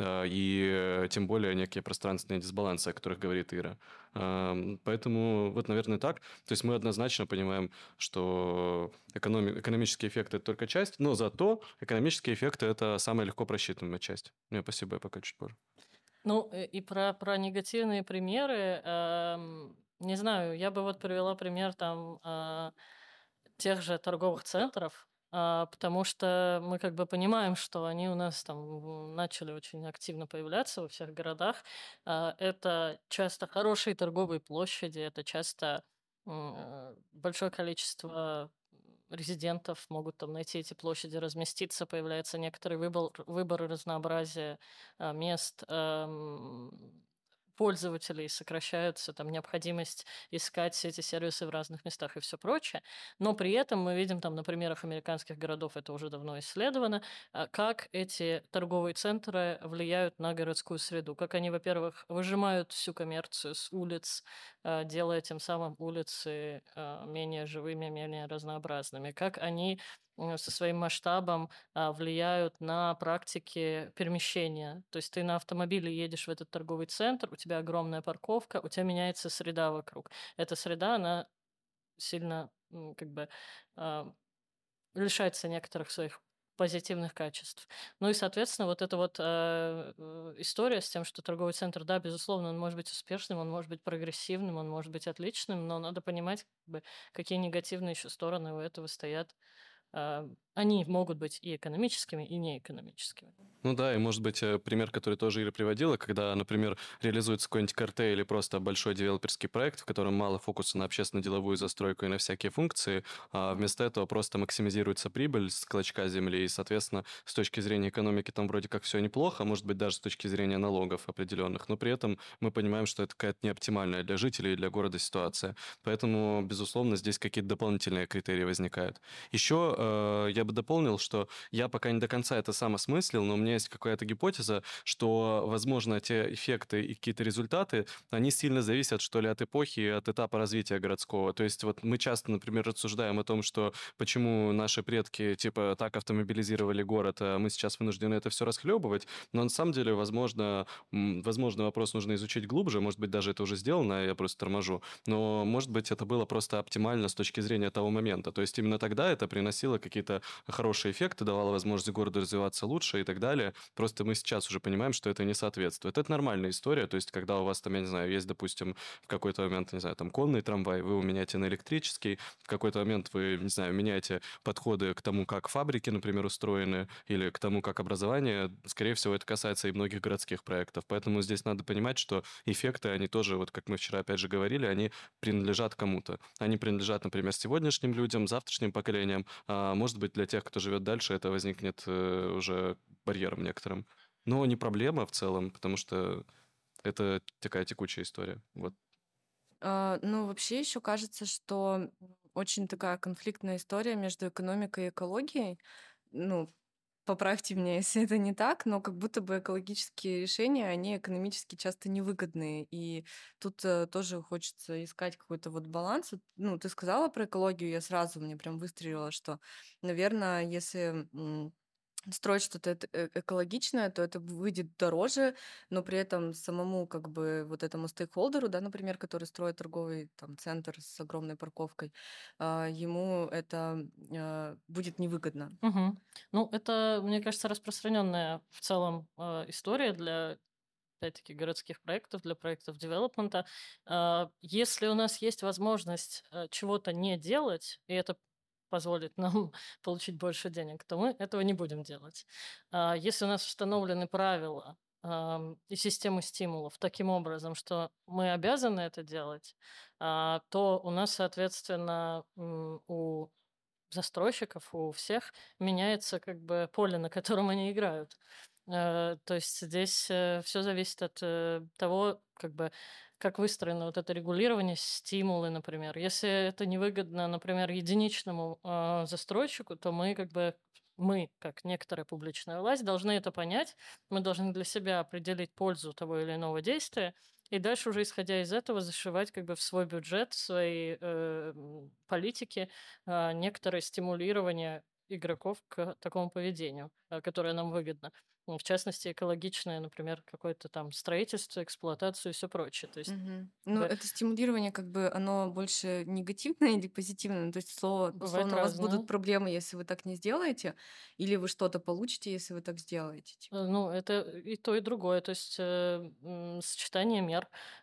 и тем более некие пространственные дисбалансы, о которых говорит Ира. Поэтому вот, наверное, так. То есть мы однозначно понимаем, что экономические эффекты – это только часть, но зато экономические эффекты – это самая легко просчитываемая часть. Спасибо, я пока чуть позже. Ну, и про негативные примеры, не знаю, я бы вот привела пример там тех же торговых центров, потому что мы как бы понимаем, что они у нас там начали очень активно появляться во всех городах. Это часто хорошие торговые площади, это часто большое количество резидентов могут там найти эти площади, разместиться, появляется некоторый выбор и разнообразие мест, пользователей, сокращаются там необходимость искать все эти сервисы в разных местах и все прочее. Но при этом мы видим там на примерах американских городов, это уже давно исследовано, как эти торговые центры влияют на городскую среду. Как они, во-первых, выжимают всю коммерцию с улиц, делая тем самым улицы менее живыми, менее разнообразными. Как они со своим масштабом влияют на практики перемещения. То есть ты на автомобиле едешь в этот торговый центр, у тебя огромная парковка, у тебя меняется среда вокруг. Эта среда, она сильно как бы лишается некоторых своих позитивных качеств. Ну и, соответственно, вот эта вот история с тем, что торговый центр, да, безусловно, он может быть успешным, он может быть прогрессивным, он может быть отличным, но надо понимать, как бы, какие негативные еще стороны у этого стоят Они могут быть и экономическими, и неэкономическими. Ну да, и может быть пример, который тоже Ира приводила, когда, например, реализуется какой-нибудь КРТ или просто большой девелоперский проект, в котором мало фокуса на общественно-деловую застройку и на всякие функции, а вместо этого просто максимизируется прибыль с клочка земли, и, соответственно, с точки зрения экономики там вроде как все неплохо, может быть, даже с точки зрения налогов определенных, но при этом мы понимаем, что это какая-то неоптимальная для жителей и для города ситуация. Поэтому, безусловно, здесь какие-то дополнительные критерии возникают. Еще я бы дополнил, что я пока не до конца это сам осмыслил, но у меня есть какая-то гипотеза, что, возможно, те эффекты и какие-то результаты, они сильно зависят, что ли, от эпохи и от этапа развития городского. То есть вот мы часто, например, рассуждаем о том, что почему наши предки, типа, так автомобилизировали город, а мы сейчас вынуждены это все расхлебывать, но на самом деле, возможно, вопрос нужно изучить глубже, может быть, даже это уже сделано, я просто торможу, но, может быть, это было просто оптимально с точки зрения того момента. То есть именно тогда это приносило какие-то хорошие эффекты, давало возможность городу развиваться лучше и так далее. Просто мы сейчас уже понимаем, что это не соответствует. Это нормальная история, то есть когда у вас там, я не знаю, есть, допустим, в какой-то момент, не знаю, там конный трамвай, вы его меняете на электрический, в какой-то момент вы, не знаю, меняете подходы к тому, как фабрики, например, устроены, или к тому, как образование, скорее всего, это касается и многих городских проектов. Поэтому здесь надо понимать, что эффекты, они тоже, вот как мы вчера опять же говорили, они принадлежат кому-то. Они принадлежат, например, сегодняшним людям, завтрашним поколениям, а может быть, для тех, кто живет дальше, это возникнет уже барьером некоторым. Но не проблема в целом, потому что это такая текучая история. Вот. Ну, вообще еще кажется, что очень такая конфликтная история между экономикой и экологией. Ну, поправьте меня, если это не так, но как будто бы экологические решения, они экономически часто невыгодные. И тут тоже хочется искать какой-то вот баланс. Вот, ну, ты сказала про экологию, я сразу мне прям выстрелила, что, наверное, если строить что-то экологичное, то это выйдет дороже, но при этом самому как бы вот этому стейкхолдеру, да, например, который строит торговый там центр с огромной парковкой, ему это будет невыгодно. Мгм. Ну, это, мне кажется, распространенная в целом история для, опять-таки, городских проектов, для проектов девелопмента. Если у нас есть возможность чего-то не делать, и это позволит нам получить больше денег, то мы этого не будем делать. Если у нас установлены правила и системы стимулов таким образом, что мы обязаны это делать, то у нас, соответственно, у застройщиков, у всех меняется как бы поле, на котором они играют. То есть здесь все зависит от того, как бы, как выстроено вот это регулирование, стимулы, например. Если это невыгодно, например, единичному застройщику, то мы, как некоторая публичная власть, должны это понять, мы должны для себя определить пользу того или иного действия, и дальше уже, исходя из этого, зашивать как бы в свой бюджет, в свои политики некоторое стимулирование игроков к такому поведению, которое нам выгодно. Ну, в частности, экологичное, например, какое-то там строительство, эксплуатацию и все прочее. То есть, Ну, да, это стимулирование, как бы, оно больше негативное или позитивное? Ну, то есть, бывает условно, у вас будут разное. проблемы, если вы так не сделаете, или вы что-то получите, если вы так сделаете? Типа. Ну, это и то, и другое. То есть сочетание мер.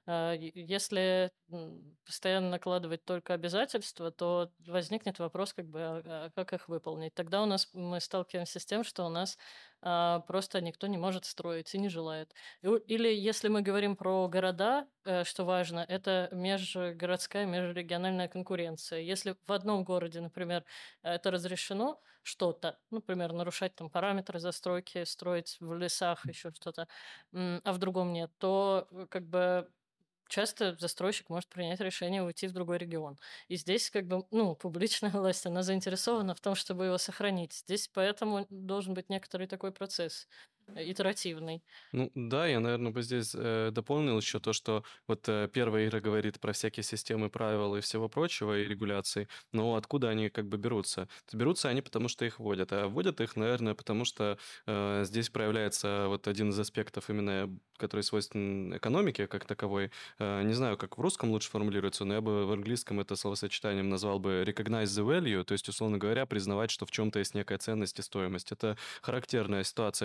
Если постоянно накладывать только обязательства, то возникнет вопрос, как бы, как их выполнить. Тогда мы сталкиваемся с тем, что у нас просто никто не может строить и не желает. Или если мы говорим про города, что важно, это межгородская, межрегиональная конкуренция. Если в одном городе, например, это разрешено, что-то, например, нарушать там параметры застройки, строить в лесах, еще что-то, а в другом нет, то как бы часто застройщик может принять решение уйти в другой регион. И здесь как бы, ну, публичная власть, она заинтересована в том, чтобы его сохранить. Здесь поэтому должен быть некоторый такой процесс итеративный. Ну да, я, наверное, бы здесь дополнил еще то, что вот первая Ира говорит про всякие системы правил и всего прочего, и регуляций, но откуда они как бы берутся? Берутся они потому, что их вводят, а вводят их, наверное, потому что здесь проявляется вот один из аспектов именно, который свойственен экономике как таковой. Не знаю, как в русском лучше формулируется, но я бы в английском это словосочетанием назвал бы recognize the value, то есть, условно говоря, признавать, что в чем-то есть некая ценность и стоимость. Это характерная ситуация для повестки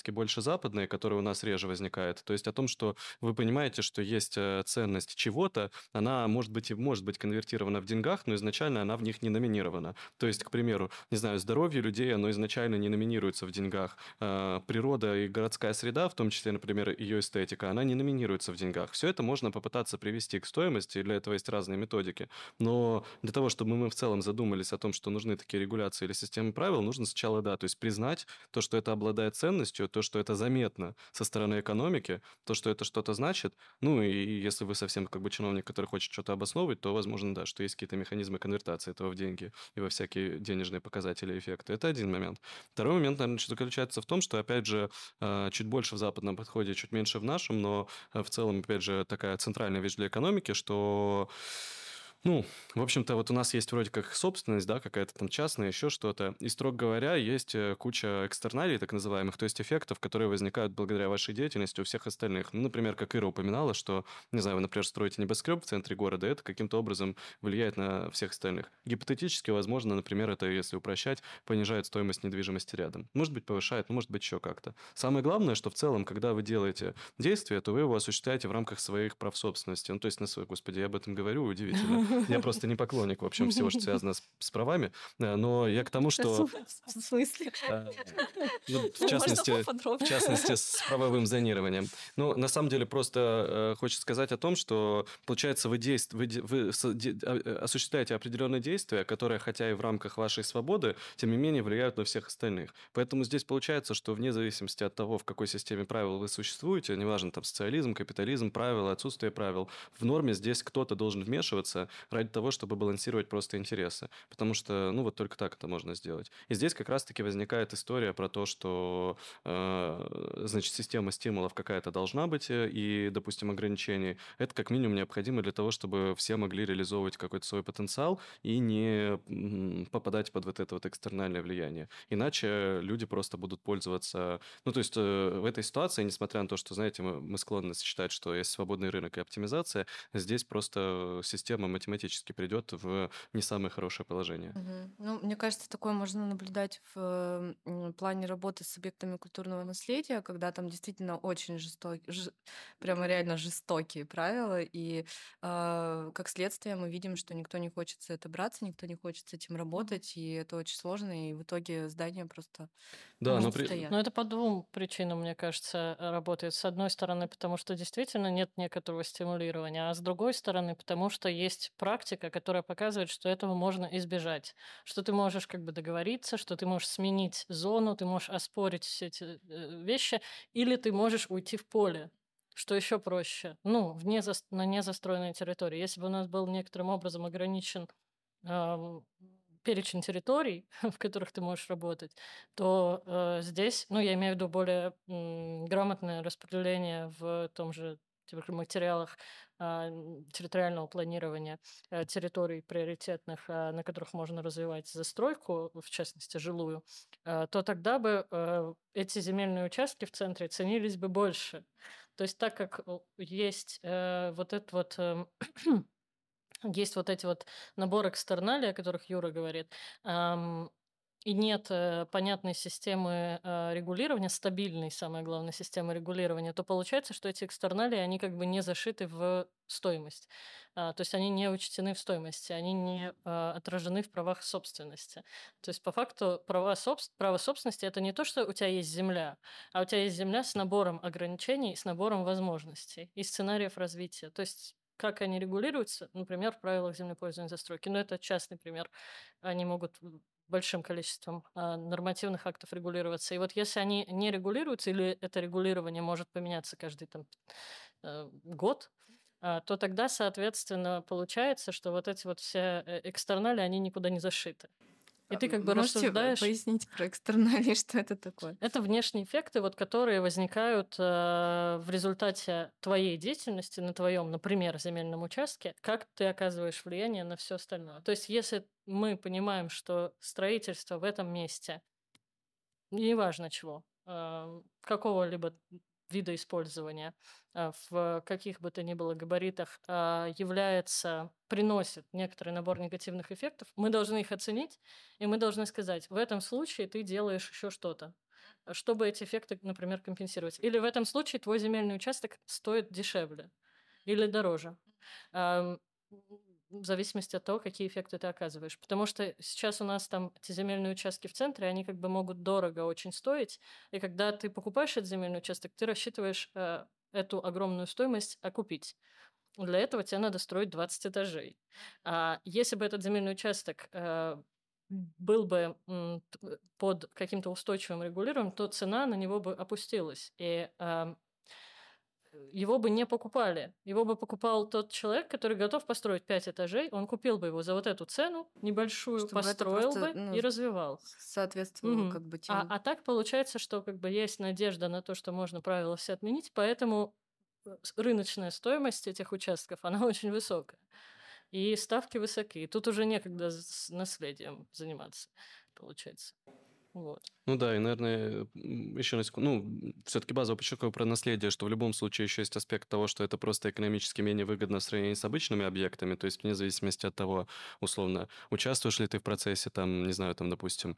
все-таки больше западные, которые у нас реже возникает. То есть о том, что вы понимаете, что есть ценность чего-то, она может быть конвертирована в деньгах, но изначально она в них не номинирована. То есть, к примеру, не знаю, здоровье людей, оно изначально не номинируется в деньгах. Природа и городская среда, в том числе, например, ее эстетика, она не номинируется в деньгах. Все это можно попытаться привести к стоимости, и для этого есть разные методики. Но для того, чтобы мы в целом задумались о том, что нужны такие регуляции или системы правил, нужно сначала, да, то есть признать то, что это обладает ценностью, то, что это заметно со стороны экономики, то, что это что-то значит. Ну, и если вы совсем как бы чиновник, который хочет что-то обосновывать, то, возможно, да, что есть какие-то механизмы конвертации этого в деньги и во всякие денежные показатели и эффекты. Это один момент. Второй момент, наверное, заключается в том, что, опять же, чуть больше в западном подходе, чуть меньше в нашем, но в целом, опять же, такая центральная вещь для экономики, что ну, в общем-то, вот у нас есть вроде как собственность, да, какая-то там частная, еще что-то. И, строго говоря, есть куча экстерналей, так называемых, то есть эффектов, которые возникают благодаря вашей деятельности у всех остальных. Ну, например, как Ира упоминала, что, не знаю, вы, например, строите небоскреб в центре города, и это каким-то образом влияет на всех остальных. Гипотетически, возможно, например, это, если упрощать, понижает стоимость недвижимости рядом. Может быть, повышает, может быть, еще как-то. Самое главное, что в целом, когда вы делаете действие, то вы его осуществляете в рамках своих прав собственности. Ну, то есть, господи, я об этом говорю, удивительно. Я просто не поклонник, в общем, всего, что связано с правами. Но я к тому, что... В смысле? Ну, в Можно в поподробнее? частности, с правовым зонированием. Ну, на самом деле, просто хочется сказать о том, что, получается, вы осуществляете определенные действия, которые, хотя и в рамках вашей свободы, тем не менее влияют на всех остальных. Поэтому здесь получается, что вне зависимости от того, в какой системе правил вы существуете, неважно, там, социализм, капитализм, правила, отсутствие правил, в норме здесь кто-то должен вмешиваться ради того, чтобы балансировать просто интересы. Потому что, ну, вот только так это можно сделать. И здесь как раз-таки возникает история про то, что, значит, система стимулов какая-то должна быть и, допустим, ограничений. Это как минимум необходимо для того, чтобы все могли реализовывать какой-то свой потенциал и не попадать под вот это вот экстернальное влияние. Иначе люди просто будут пользоваться... Ну, то есть в этой ситуации, несмотря на то, что, знаете, мы склонны считать, что есть свободный рынок и оптимизация, здесь просто система математически придет в не самое хорошее положение. Ну, мне кажется, такое можно наблюдать в плане работы с объектами культурного наследия, когда там действительно очень прямо реально жестокие правила, и как следствие мы видим, что никто не хочет за это браться, никто не хочет с этим работать, и это очень сложно, и в итоге здание просто Да, но может при... стоять. Но это по двум причинам, мне кажется, работает. С одной стороны, потому что действительно нет некоторого стимулирования, а с другой стороны, потому что есть практика, которая показывает, что этого можно избежать, что ты можешь как бы договориться, что ты можешь сменить зону, ты можешь оспорить все эти вещи, или ты можешь уйти в поле. Что еще проще? Ну, на незастроенной территории. Если бы у нас был некоторым образом ограничен перечень территорий, в которых ты можешь работать, то здесь, ну, я имею в виду более грамотное распределение в том же тех же материалах территориального планирования территорий приоритетных, на которых можно развивать застройку, в частности, жилую, то тогда бы эти земельные участки в центре ценились бы больше. То есть так как есть вот этот вот... Есть вот эти вот наборы экстерналей, о которых Юра говорит, и нет понятной системы регулирования, стабильной, самое главное, системы регулирования, то получается, что эти экстерналии, они как бы не зашиты в стоимость. То есть они не учтены в стоимости, они не отражены в правах собственности. То есть по факту право собственности – это не то, что у тебя есть земля, а у тебя есть земля с набором ограничений, с набором возможностей и сценариев развития. То есть как они регулируются, например, в правилах землепользования и застройки. Но это частный пример. Они могут большим количеством нормативных актов регулироваться. И вот если они не регулируются, или это регулирование может поменяться каждый там, год, то тогда, соответственно, получается, что вот эти вот все экстернали, они никуда не зашиты. И ты как бы Можете рассуждаешь... пояснить про экстерналии, что это такое? Это внешние эффекты, вот, которые возникают в результате твоей деятельности на твоем, например, земельном участке, как ты оказываешь влияние на все остальное. То есть, если мы понимаем, что строительство в этом месте, неважно чего, какого-либо вида использования в каких бы то ни было габаритах приносит некоторый набор негативных эффектов, мы должны их оценить, и мы должны сказать, в этом случае ты делаешь еще что-то. чтобы эти эффекты, например, компенсировать. Или в этом случае твой земельный участок стоит дешевле или дороже. Ам, В зависимости от того, какие эффекты ты оказываешь. Потому что сейчас у нас там эти земельные участки в центре, они как бы могут дорого очень стоить. И когда ты покупаешь этот земельный участок, ты рассчитываешь эту огромную стоимость окупить. Для этого тебе надо строить 20 этажей. А если бы этот земельный участок был бы под каким-то устойчивым регулированием, то цена на него бы опустилась. И его бы не покупали. Его бы покупал тот человек, который готов построить 5 этажей. Он купил бы его за вот эту цену небольшую, Чтобы это построил просто, бы и развивал. соответствовало Мгм. как бы А тем... так получается, что как бы есть надежда на то, что можно правила все отменить, поэтому рыночная стоимость этих участков, она очень высокая. И ставки высокие. Тут уже некогда с наследием заниматься, получается. Вот. Ну да, и, наверное, еще на секунду, ну, все-таки базово подчеркиваю про наследие, что в любом случае еще есть аспект того, что это просто экономически менее выгодно в сравнении с обычными объектами, то есть вне зависимости от того, условно, участвуешь ли ты в процессе, там, не знаю, там, допустим,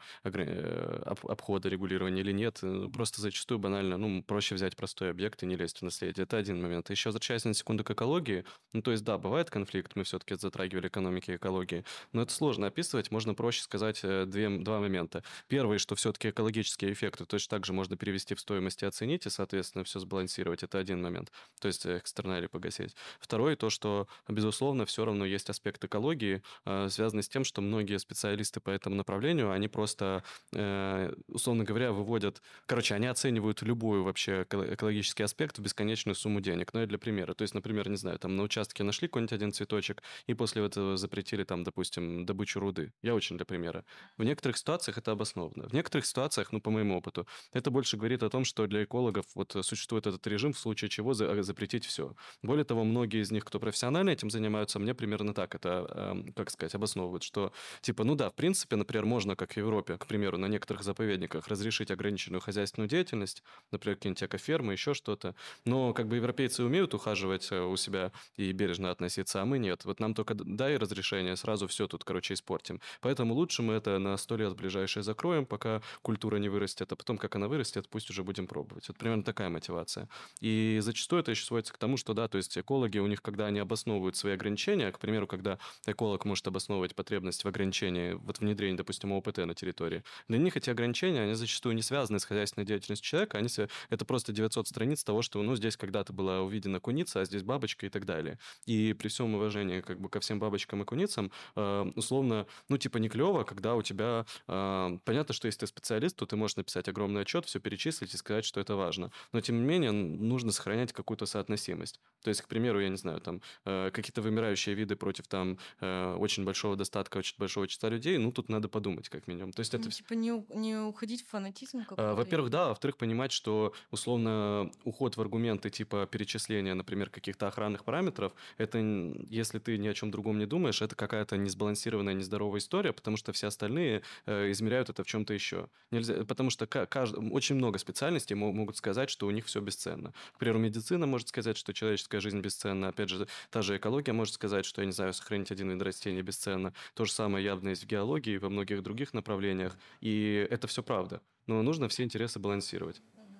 обхода регулирования или нет, просто зачастую банально, ну, проще взять простой объект и не лезть в наследие. Это один момент. Еще возвращаясь на секунду к экологии, ну, то есть, да, бывает конфликт, мы все-таки затрагивали экономики и экологии, но это сложно описывать, можно проще сказать два момента. Первый, что все-таки экологические эффекты точно так же можно перевести в стоимость и оценить, и, соответственно, все сбалансировать. Это один момент. То есть экстернали погасить. Второй, то, что, безусловно, все равно есть аспект экологии, связанный с тем, что многие специалисты по этому направлению, они просто, условно говоря, выводят... Короче, они оценивают любую вообще экологический аспект в бесконечную сумму денег. Ну, и для примера. То есть, например, не знаю, там на участке нашли какой-нибудь один цветочек, и после этого запретили там, допустим, добычу руды. Я очень для примера. В некоторых ситуациях это обосновано. В некоторых ситуациях, ну, по моему опыту, это больше говорит о том, что для экологов вот существует этот режим, в случае чего запретить все. Более того, многие из них, кто профессионально этим занимаются, мне примерно так это, как сказать, обосновывают, что, типа, ну да, в принципе, например, можно, как в Европе, к примеру, на некоторых заповедниках разрешить ограниченную хозяйственную деятельность, например, какие-нибудь экофермы, еще что-то, но как бы европейцы умеют ухаживать у себя и бережно относиться, а мы нет. Вот нам только дай разрешение, сразу все тут, короче, испортим. Поэтому лучше мы это на 100 лет ближайшие закроем, пока культура не вырастет, а потом, как она вырастет, пусть уже будем пробовать. Вот примерно такая мотивация. И зачастую это еще сводится к тому, что, да, то есть экологи, у них, когда они обосновывают свои ограничения, к примеру, когда эколог может обосновывать потребность в ограничении, вот внедрении, допустим, ОПТ на территории, для них эти ограничения, они зачастую не связаны с хозяйственной деятельностью человека, это просто 900 страниц того, что, ну, здесь когда-то была увидена куница, а здесь бабочка и так далее. И при всем уважении как бы ко всем бабочкам и куницам, условно, ну, типа, не клево, когда у тебя, понятно, что если ты специалист, то ты можешь написать огромный отчет, все перечислить и сказать, что это важно. Но, тем не менее, нужно сохранять какую-то соотносимость. То есть, к примеру, я не знаю, там, какие-то вымирающие виды против там очень большого достатка, очень большого числа людей, ну, тут надо подумать, как минимум. То есть, это... Ну, типа не уходить в фанатизм какой-то. Во-первых, да, а во-вторых, понимать, что условно уход в аргументы типа перечисления, например, каких-то охранных параметров, это, если ты ни о чем другом не думаешь, это какая-то несбалансированная, нездоровая история, потому что все остальные измеряют это в чем-то еще. Нельзя, потому что очень много специальностей могут сказать, что у них все бесценно. К примеру, медицина может сказать, что человеческая жизнь бесценна. Опять же, та же экология может сказать, что, я не знаю, сохранить один вид растений бесценно. То же самое явно есть в геологии и во многих других направлениях. И это все правда. Но нужно все интересы балансировать.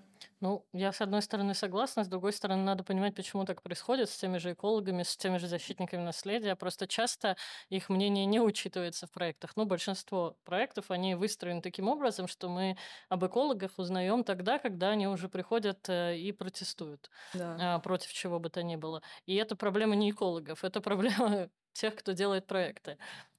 Ну, я с одной стороны согласна, с другой стороны надо понимать, почему так происходит с теми же экологами, с теми же защитниками наследия. Просто часто их мнение не учитывается в проектах. Ну, большинство проектов, они выстроены таким образом, что мы об экологах узнаем тогда, когда они уже приходят и протестуют против чего бы то ни было. И это проблема не экологов, это проблема тех, кто делает проекты.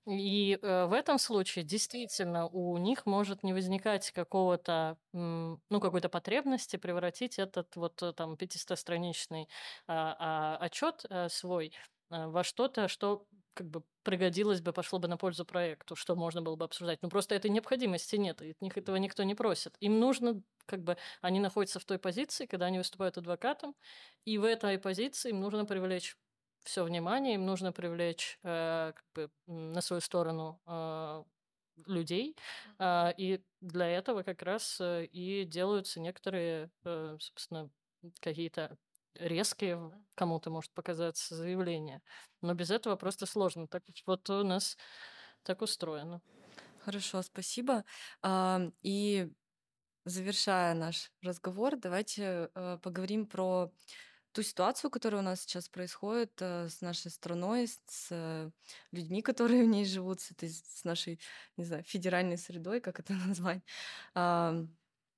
И в этом случае действительно у них может не возникать какого-то, ну, какой-то потребности превратить этот вот там 500-страничный отчет свой во что-то, что как бы пригодилось бы, пошло бы на пользу проекту, что можно было бы обсуждать. Но просто этой необходимости нет, и от них этого никто не просит. Им нужно, как бы, они находятся в той позиции, когда они выступают адвокатом, и в этой позиции им нужно привлечь все внимание, им нужно привлечь как бы, на свою сторону людей, и для этого как раз и делаются некоторые, собственно, какие-то резкие, кому-то может показаться, заявления. Но без этого просто сложно. Так вот у нас так устроено. Хорошо, спасибо. И завершая наш разговор, давайте поговорим про ту ситуацию, которая у нас сейчас происходит с нашей страной, с людьми, которые в ней живут, с нашей, не знаю, федеральной средой, как это назвать. А,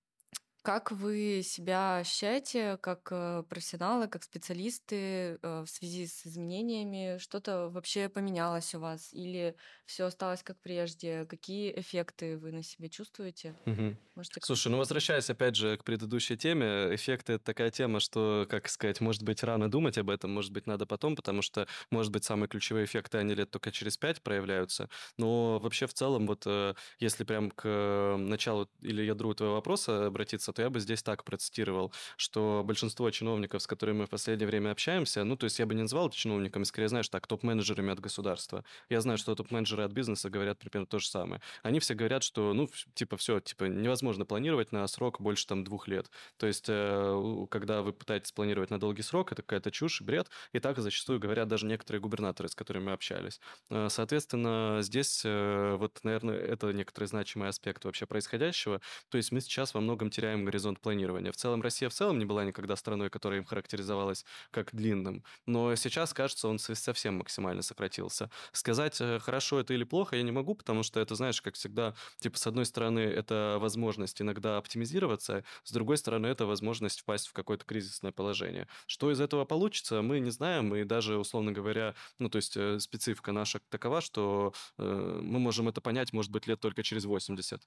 Как вы себя ощущаете как профессионалы, как специалисты в связи с изменениями? Что-то вообще поменялось у вас или все осталось как прежде? Какие эффекты вы на себе чувствуете? Мгм. Можете как-то Слушай, ну возвращаясь опять же к предыдущей теме, эффекты это такая тема, что, как сказать, может быть рано думать об этом, может быть надо потом, потому что, может быть, самые ключевые эффекты, они лет только через 5 проявляются. Но вообще в целом, вот если прям к началу или ядру твоего вопроса обратиться, то я бы здесь так процитировал, что большинство чиновников, с которыми мы в последнее время общаемся, ну, то есть я бы не назвал это чиновниками, скорее, знаешь, так, топ-менеджерами от государства. Я знаю, что топ-менеджеры от бизнеса говорят примерно то же самое. Они все говорят, что, ну, типа, все, типа, невозможно планировать на срок больше, там, 2 лет. То есть, когда вы пытаетесь планировать на долгий срок, это какая-то чушь, бред, и так зачастую говорят даже некоторые губернаторы, с которыми мы общались. Соответственно, здесь, вот, наверное, это некоторый значимый аспект вообще происходящего. То есть мы сейчас во многом теряем горизонт планирования. В целом, Россия в целом не была никогда страной, которая им характеризовалась как длинным, но сейчас, кажется, он совсем максимально сократился. Сказать, хорошо это или плохо, я не могу, потому что это, знаешь, как всегда, типа, с одной стороны, это возможность иногда оптимизироваться, с другой стороны, это возможность впасть в какое-то кризисное положение. Что из этого получится, мы не знаем, и даже, условно говоря, ну, то есть специфика наша такова, что мы можем это понять, может быть, лет только через 80.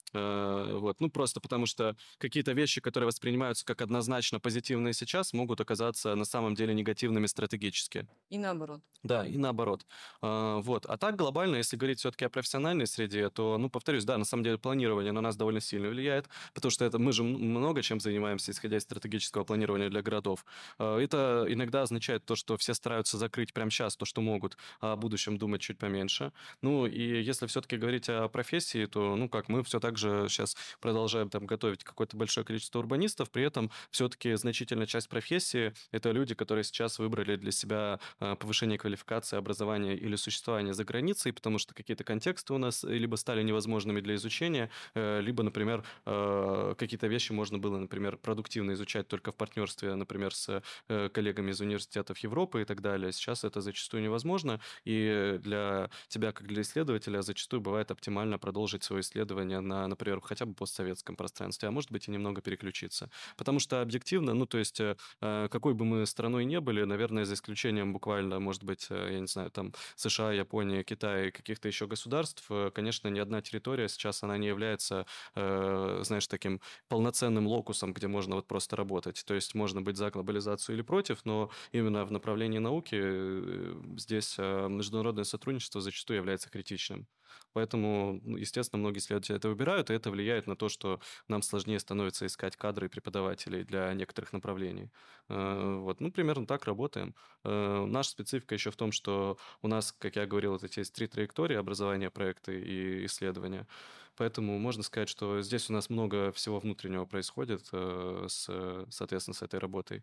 Вот. Ну, просто потому что какие-то вещи, которые воспринимаются как однозначно позитивные сейчас, могут оказаться на самом деле негативными стратегически. и наоборот? Да, и наоборот. Вот. А так глобально, если говорить все-таки о профессиональной среде, то, ну, повторюсь, да, на самом деле планирование на нас довольно сильно влияет, потому что это мы же много чем занимаемся, исходя из стратегического планирования для городов. Это иногда означает то, что все стараются закрыть прямо сейчас то, что могут, а о будущем думать чуть поменьше. Ну, и если все-таки говорить о профессии, то, ну, как мы все так же сейчас продолжаем там готовить какое-то большое количество урбанистов, при этом все-таки значительная часть профессии — это люди, которые сейчас выбрали для себя повышение квалификации, образования или существования за границей, потому что какие-то контексты у нас либо стали невозможными для изучения, либо, например, какие-то вещи можно было, например, продуктивно изучать только в партнерстве, например, с коллегами из университетов Европы и так далее. Сейчас это зачастую невозможно, и для тебя, как для исследователя, зачастую бывает оптимально продолжить свое исследование на, например, хотя бы постсоветском пространстве, а может быть и немного переключиться. Потому что объективно, ну, то есть, какой бы мы страной не были, наверное, за исключением буквально, может быть, я не знаю, там США, Япония, Китай и каких-то еще государств, конечно, ни одна территория сейчас, она не является, знаешь, таким полноценным локусом, где можно вот просто работать. То есть можно быть за глобализацию или против, но именно в направлении науки здесь международное сотрудничество зачастую является критичным. Поэтому, ну, естественно, многие исследователи это выбирают, и это влияет на то, что нам сложнее становится искать кадры и преподавателей для некоторых направлений. Вот, ну, примерно так работаем. Наша специфика еще в том, что у нас, как я говорил, вот эти есть 3 траектории: образование, проекты и исследования. Поэтому можно сказать, что здесь у нас много всего внутреннего происходит, соответственно, с этой работой.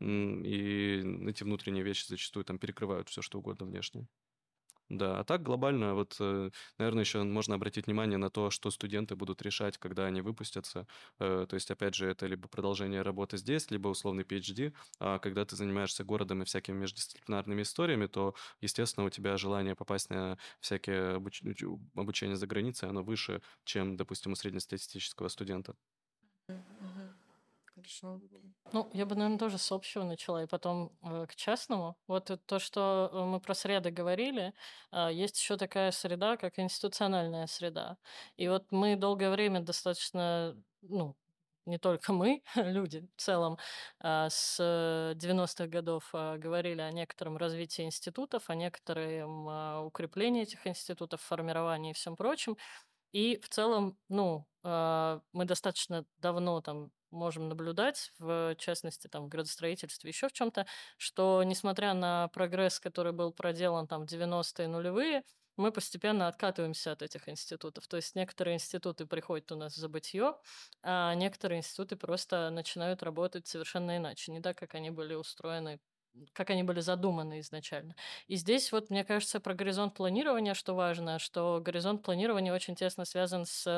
И эти внутренние вещи зачастую там перекрывают все, что угодно внешнее. Да, а так глобально, вот, наверное, еще можно обратить внимание на то, что студенты будут решать, когда они выпустятся. То есть, опять же, это либо продолжение работы здесь, либо условный PhD. А когда ты занимаешься городом и всякими междисциплинарными историями, то, естественно, у тебя желание попасть на всякие обучение за границей, оно выше, чем, допустим, у среднестатистического студента. Мгм. Хорошо. Ну, я бы, наверное, тоже с общего начала, и потом к частному. Вот то, что мы про среды говорили, есть еще такая среда, как институциональная среда. И вот мы долгое время достаточно, ну, не только мы, люди в целом, с 90-х годов говорили о некотором развитии институтов, о некотором укреплении этих институтов, формировании и всем прочем. И в целом, ну, мы достаточно давно там можем наблюдать, в частности, там, в градостроительстве, еще в чем-то, что, несмотря на прогресс, который был проделан там в 90-е нулевые, мы постепенно откатываемся от этих институтов. То есть некоторые институты приходят у нас в забытье, а некоторые институты просто начинают работать совершенно иначе, не так, как они были устроены, как они были задуманы изначально. И здесь вот, мне кажется, про горизонт планирования, что важно, что горизонт планирования очень тесно связан с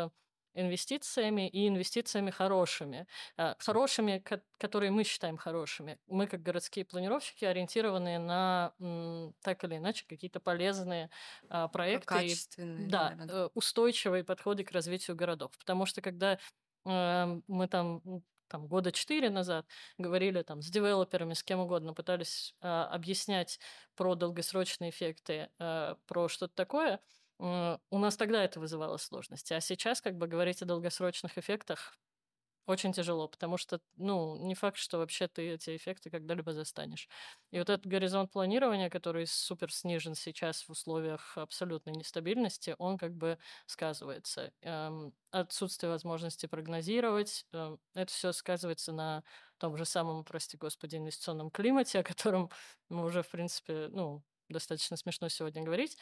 инвестициями и инвестициями хорошими. Хорошими, которые мы считаем хорошими. Мы, как городские планировщики, ориентированы на так или иначе какие-то полезные проекты. Качественные, Да, наверное. устойчивые подходы к развитию городов. Потому что когда мы там года 4 назад говорили там с девелоперами, с кем угодно, пытались объяснять про долгосрочные эффекты, про что-то такое, у нас тогда это вызывало сложности. А сейчас как бы говорить о долгосрочных эффектах очень тяжело, потому что, не факт, что вообще ты эти эффекты когда-либо застанешь. И вот этот горизонт планирования, который супер снижен сейчас в условиях абсолютной нестабильности, он как бы сказывается. Отсутствие возможности прогнозировать, это все сказывается на том же самом, прости господи, инвестиционном климате, о котором мы уже, в принципе, достаточно смешно сегодня говорить.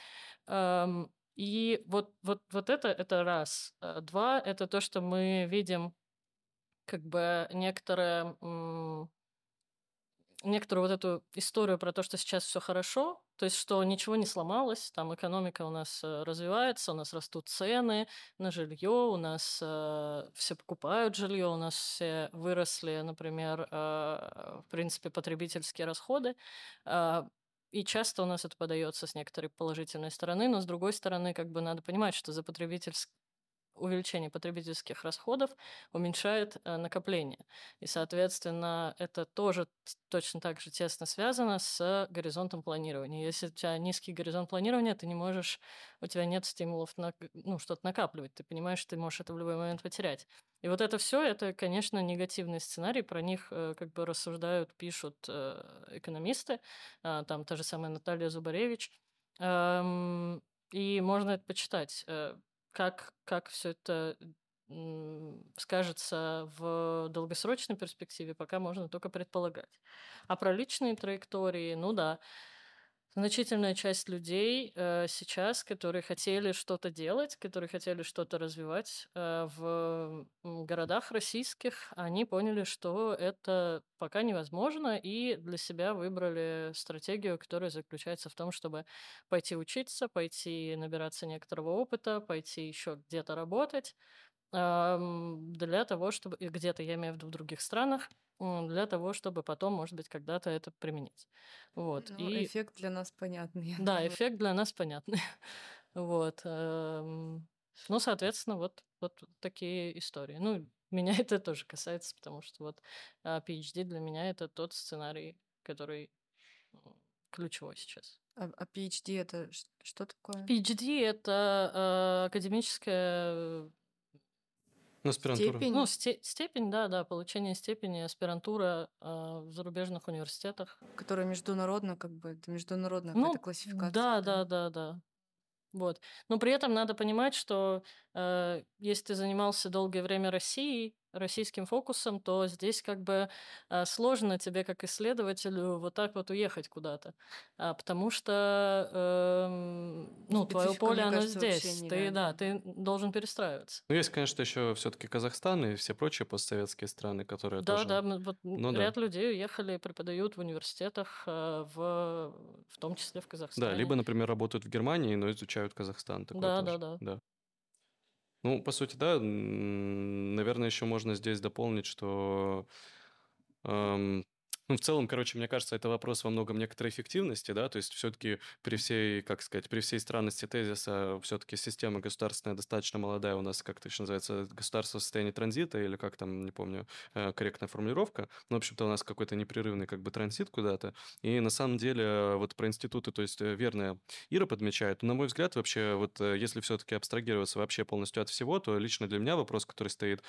И вот это раз. Два, это то, что мы видим как бы некоторую вот эту историю про то, что сейчас все хорошо, то есть что ничего не сломалось, там экономика у нас развивается, у нас растут цены на жилье, у нас все покупают жилье, у нас все выросли, например, в принципе, потребительские расходы. И часто у нас это подается с некоторой положительной стороны, но с другой стороны, как бы надо понимать, что за увеличение потребительских расходов уменьшает накопление. И, соответственно, это тоже точно так же тесно связано с горизонтом планирования. Если у тебя низкий горизонт планирования, у тебя нет стимулов что-то накапливать. Ты понимаешь, что ты можешь это в любой момент потерять. И вот это все, это, конечно, негативный сценарий. Про них как бы рассуждают, пишут экономисты. Там та же самая Наталья Зубаревич. И можно это почитать. Как все это скажется в долгосрочной перспективе, пока можно только предполагать. А про личные траектории, да, значительная часть людей сейчас, которые хотели что-то делать, которые хотели что-то развивать в городах российских, они поняли, что это пока невозможно, и для себя выбрали стратегию, которая заключается в том, чтобы пойти учиться, пойти набираться некоторого опыта, пойти еще где-то работать, для того, чтобы... И где-то, я имею в виду, в других странах, для того, чтобы потом, может быть, когда-то это применить. Вот. И Эффект для нас понятный. я да, думаю. эффект для нас понятный. Вот. Соответственно, вот такие истории. Меня это тоже касается, потому что вот PhD для меня это тот сценарий, который ключевой сейчас. А PhD это что такое? PhD — это академическая Аспирантура. Степень, степень, да, получение степени, аспирантура в зарубежных университетах. которая международно, как бы, это международная Ну, какая-то классификация. да. Вот. Но при этом надо понимать, что если ты занимался долгое время Россией, российским фокусом, то здесь как бы сложно тебе как исследователю вот так вот уехать куда-то, потому что твое Специфика, поле мне оно кажется, вообще здесь, нереальная. ты должен перестраиваться. Есть, конечно, еще все-таки Казахстан и все прочие постсоветские страны, которые Да, тоже... ряд людей уехали и преподают в университетах, в том числе в Казахстане. Да, либо, например, работают в Германии, но изучают Казахстан. Такое тоже. Да. По сути, да, наверное, еще можно здесь дополнить, что в целом, мне кажется, это вопрос во многом некоторой эффективности, да, то есть все-таки при всей, при всей странности тезиса, все-таки система государственная достаточно молодая у нас, как это еще называется, государство в состоянии транзита, или как там, не помню, корректная формулировка, в общем-то, у нас какой-то непрерывный транзит куда-то, и на самом деле вот про институты, то есть верно Ира подмечает, на мой взгляд, вообще, если все-таки абстрагироваться вообще полностью от всего, то лично для меня вопрос, который стоит,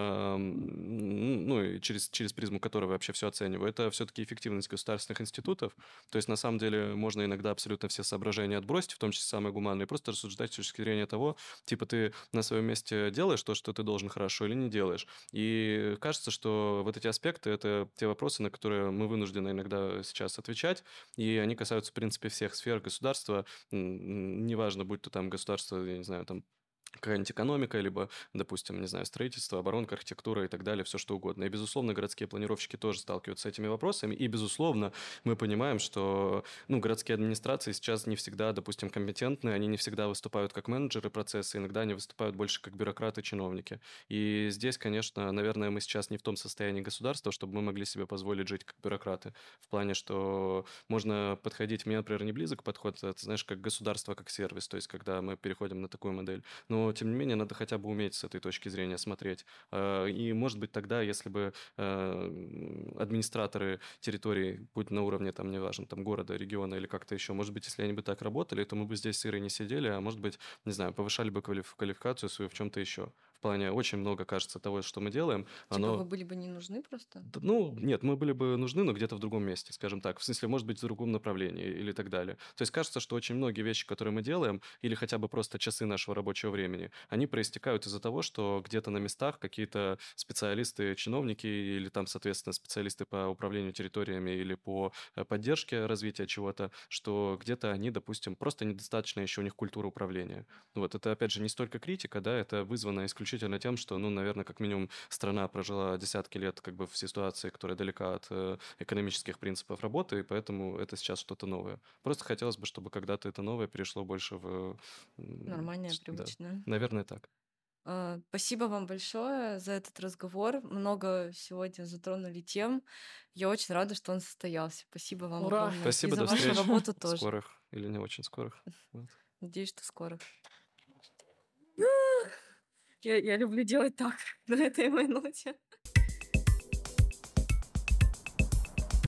и через призму которого вообще все оцениваю, это все-таки эффективность государственных институтов. То есть, на самом деле, можно иногда абсолютно все соображения отбросить, в том числе самые гуманные, и просто рассуждать с точки зрения того, ты на своем месте делаешь то, что ты должен хорошо, или не делаешь. И кажется, что вот эти аспекты — это те вопросы, на которые мы вынуждены иногда сейчас отвечать, и они касаются, в принципе, всех сфер государства, неважно, будь то там государство, я не знаю, там, какая-нибудь экономика, либо, допустим, не знаю, строительство, оборонка, архитектура и так далее, все что угодно. И, безусловно, городские планировщики тоже сталкиваются с этими вопросами. И, безусловно, мы понимаем, что городские администрации сейчас не всегда, допустим, компетентны, они не всегда выступают как менеджеры процесса, иногда они выступают больше как бюрократы, чиновники. И здесь, конечно, наверное, мы сейчас не в том состоянии государства, чтобы мы могли себе позволить жить как бюрократы. В плане, что можно подходить, мне, например, не близок подход, это, знаешь, как государство, как сервис, то есть когда мы переходим на такую модель. Но, тем не менее, надо хотя бы уметь с этой точки зрения смотреть. И, может быть, тогда, если бы администраторы территорий, будь на уровне, там, неважно, там, города, региона или как-то еще, может быть, если они бы так работали, то мы бы здесь с Ирой не сидели, а может быть, не знаю, повышали бы квалификацию свою в чем-то еще. В плане очень много, кажется, того, что мы делаем, Типа вы оно... были бы не нужны просто? Ну, нет, мы были бы нужны, но где-то в другом месте, скажем так. В смысле, может быть, в другом направлении или так далее. То есть кажется, что очень многие вещи, которые мы делаем, или хотя бы просто часы нашего рабочего времени, они проистекают из-за того, что где-то на местах какие-то специалисты, чиновники или там, соответственно, специалисты по управлению территориями или по поддержке развития чего-то, что где-то они, допустим, просто недостаточно еще у них культура управления. Вот, это, опять же, не столько критика, да, это вызвано исключительно тем, что, ну, наверное, как минимум страна прожила десятки лет как бы в ситуации, которая далека от экономических принципов работы, и поэтому это сейчас что-то новое. Просто хотелось бы, чтобы когда-то это новое перешло больше в... Нормальная, Да, привычная. наверное, так. Спасибо вам большое за этот разговор. Много сегодня затронули тем. Я очень рада, что он состоялся. Спасибо вам Ура! огромное. И Спасибо, за до вашу встречи. работу тоже. Скорых или не очень скорых. Вот. Надеюсь, что скоро. Я люблю делать так, на этой моей ноте.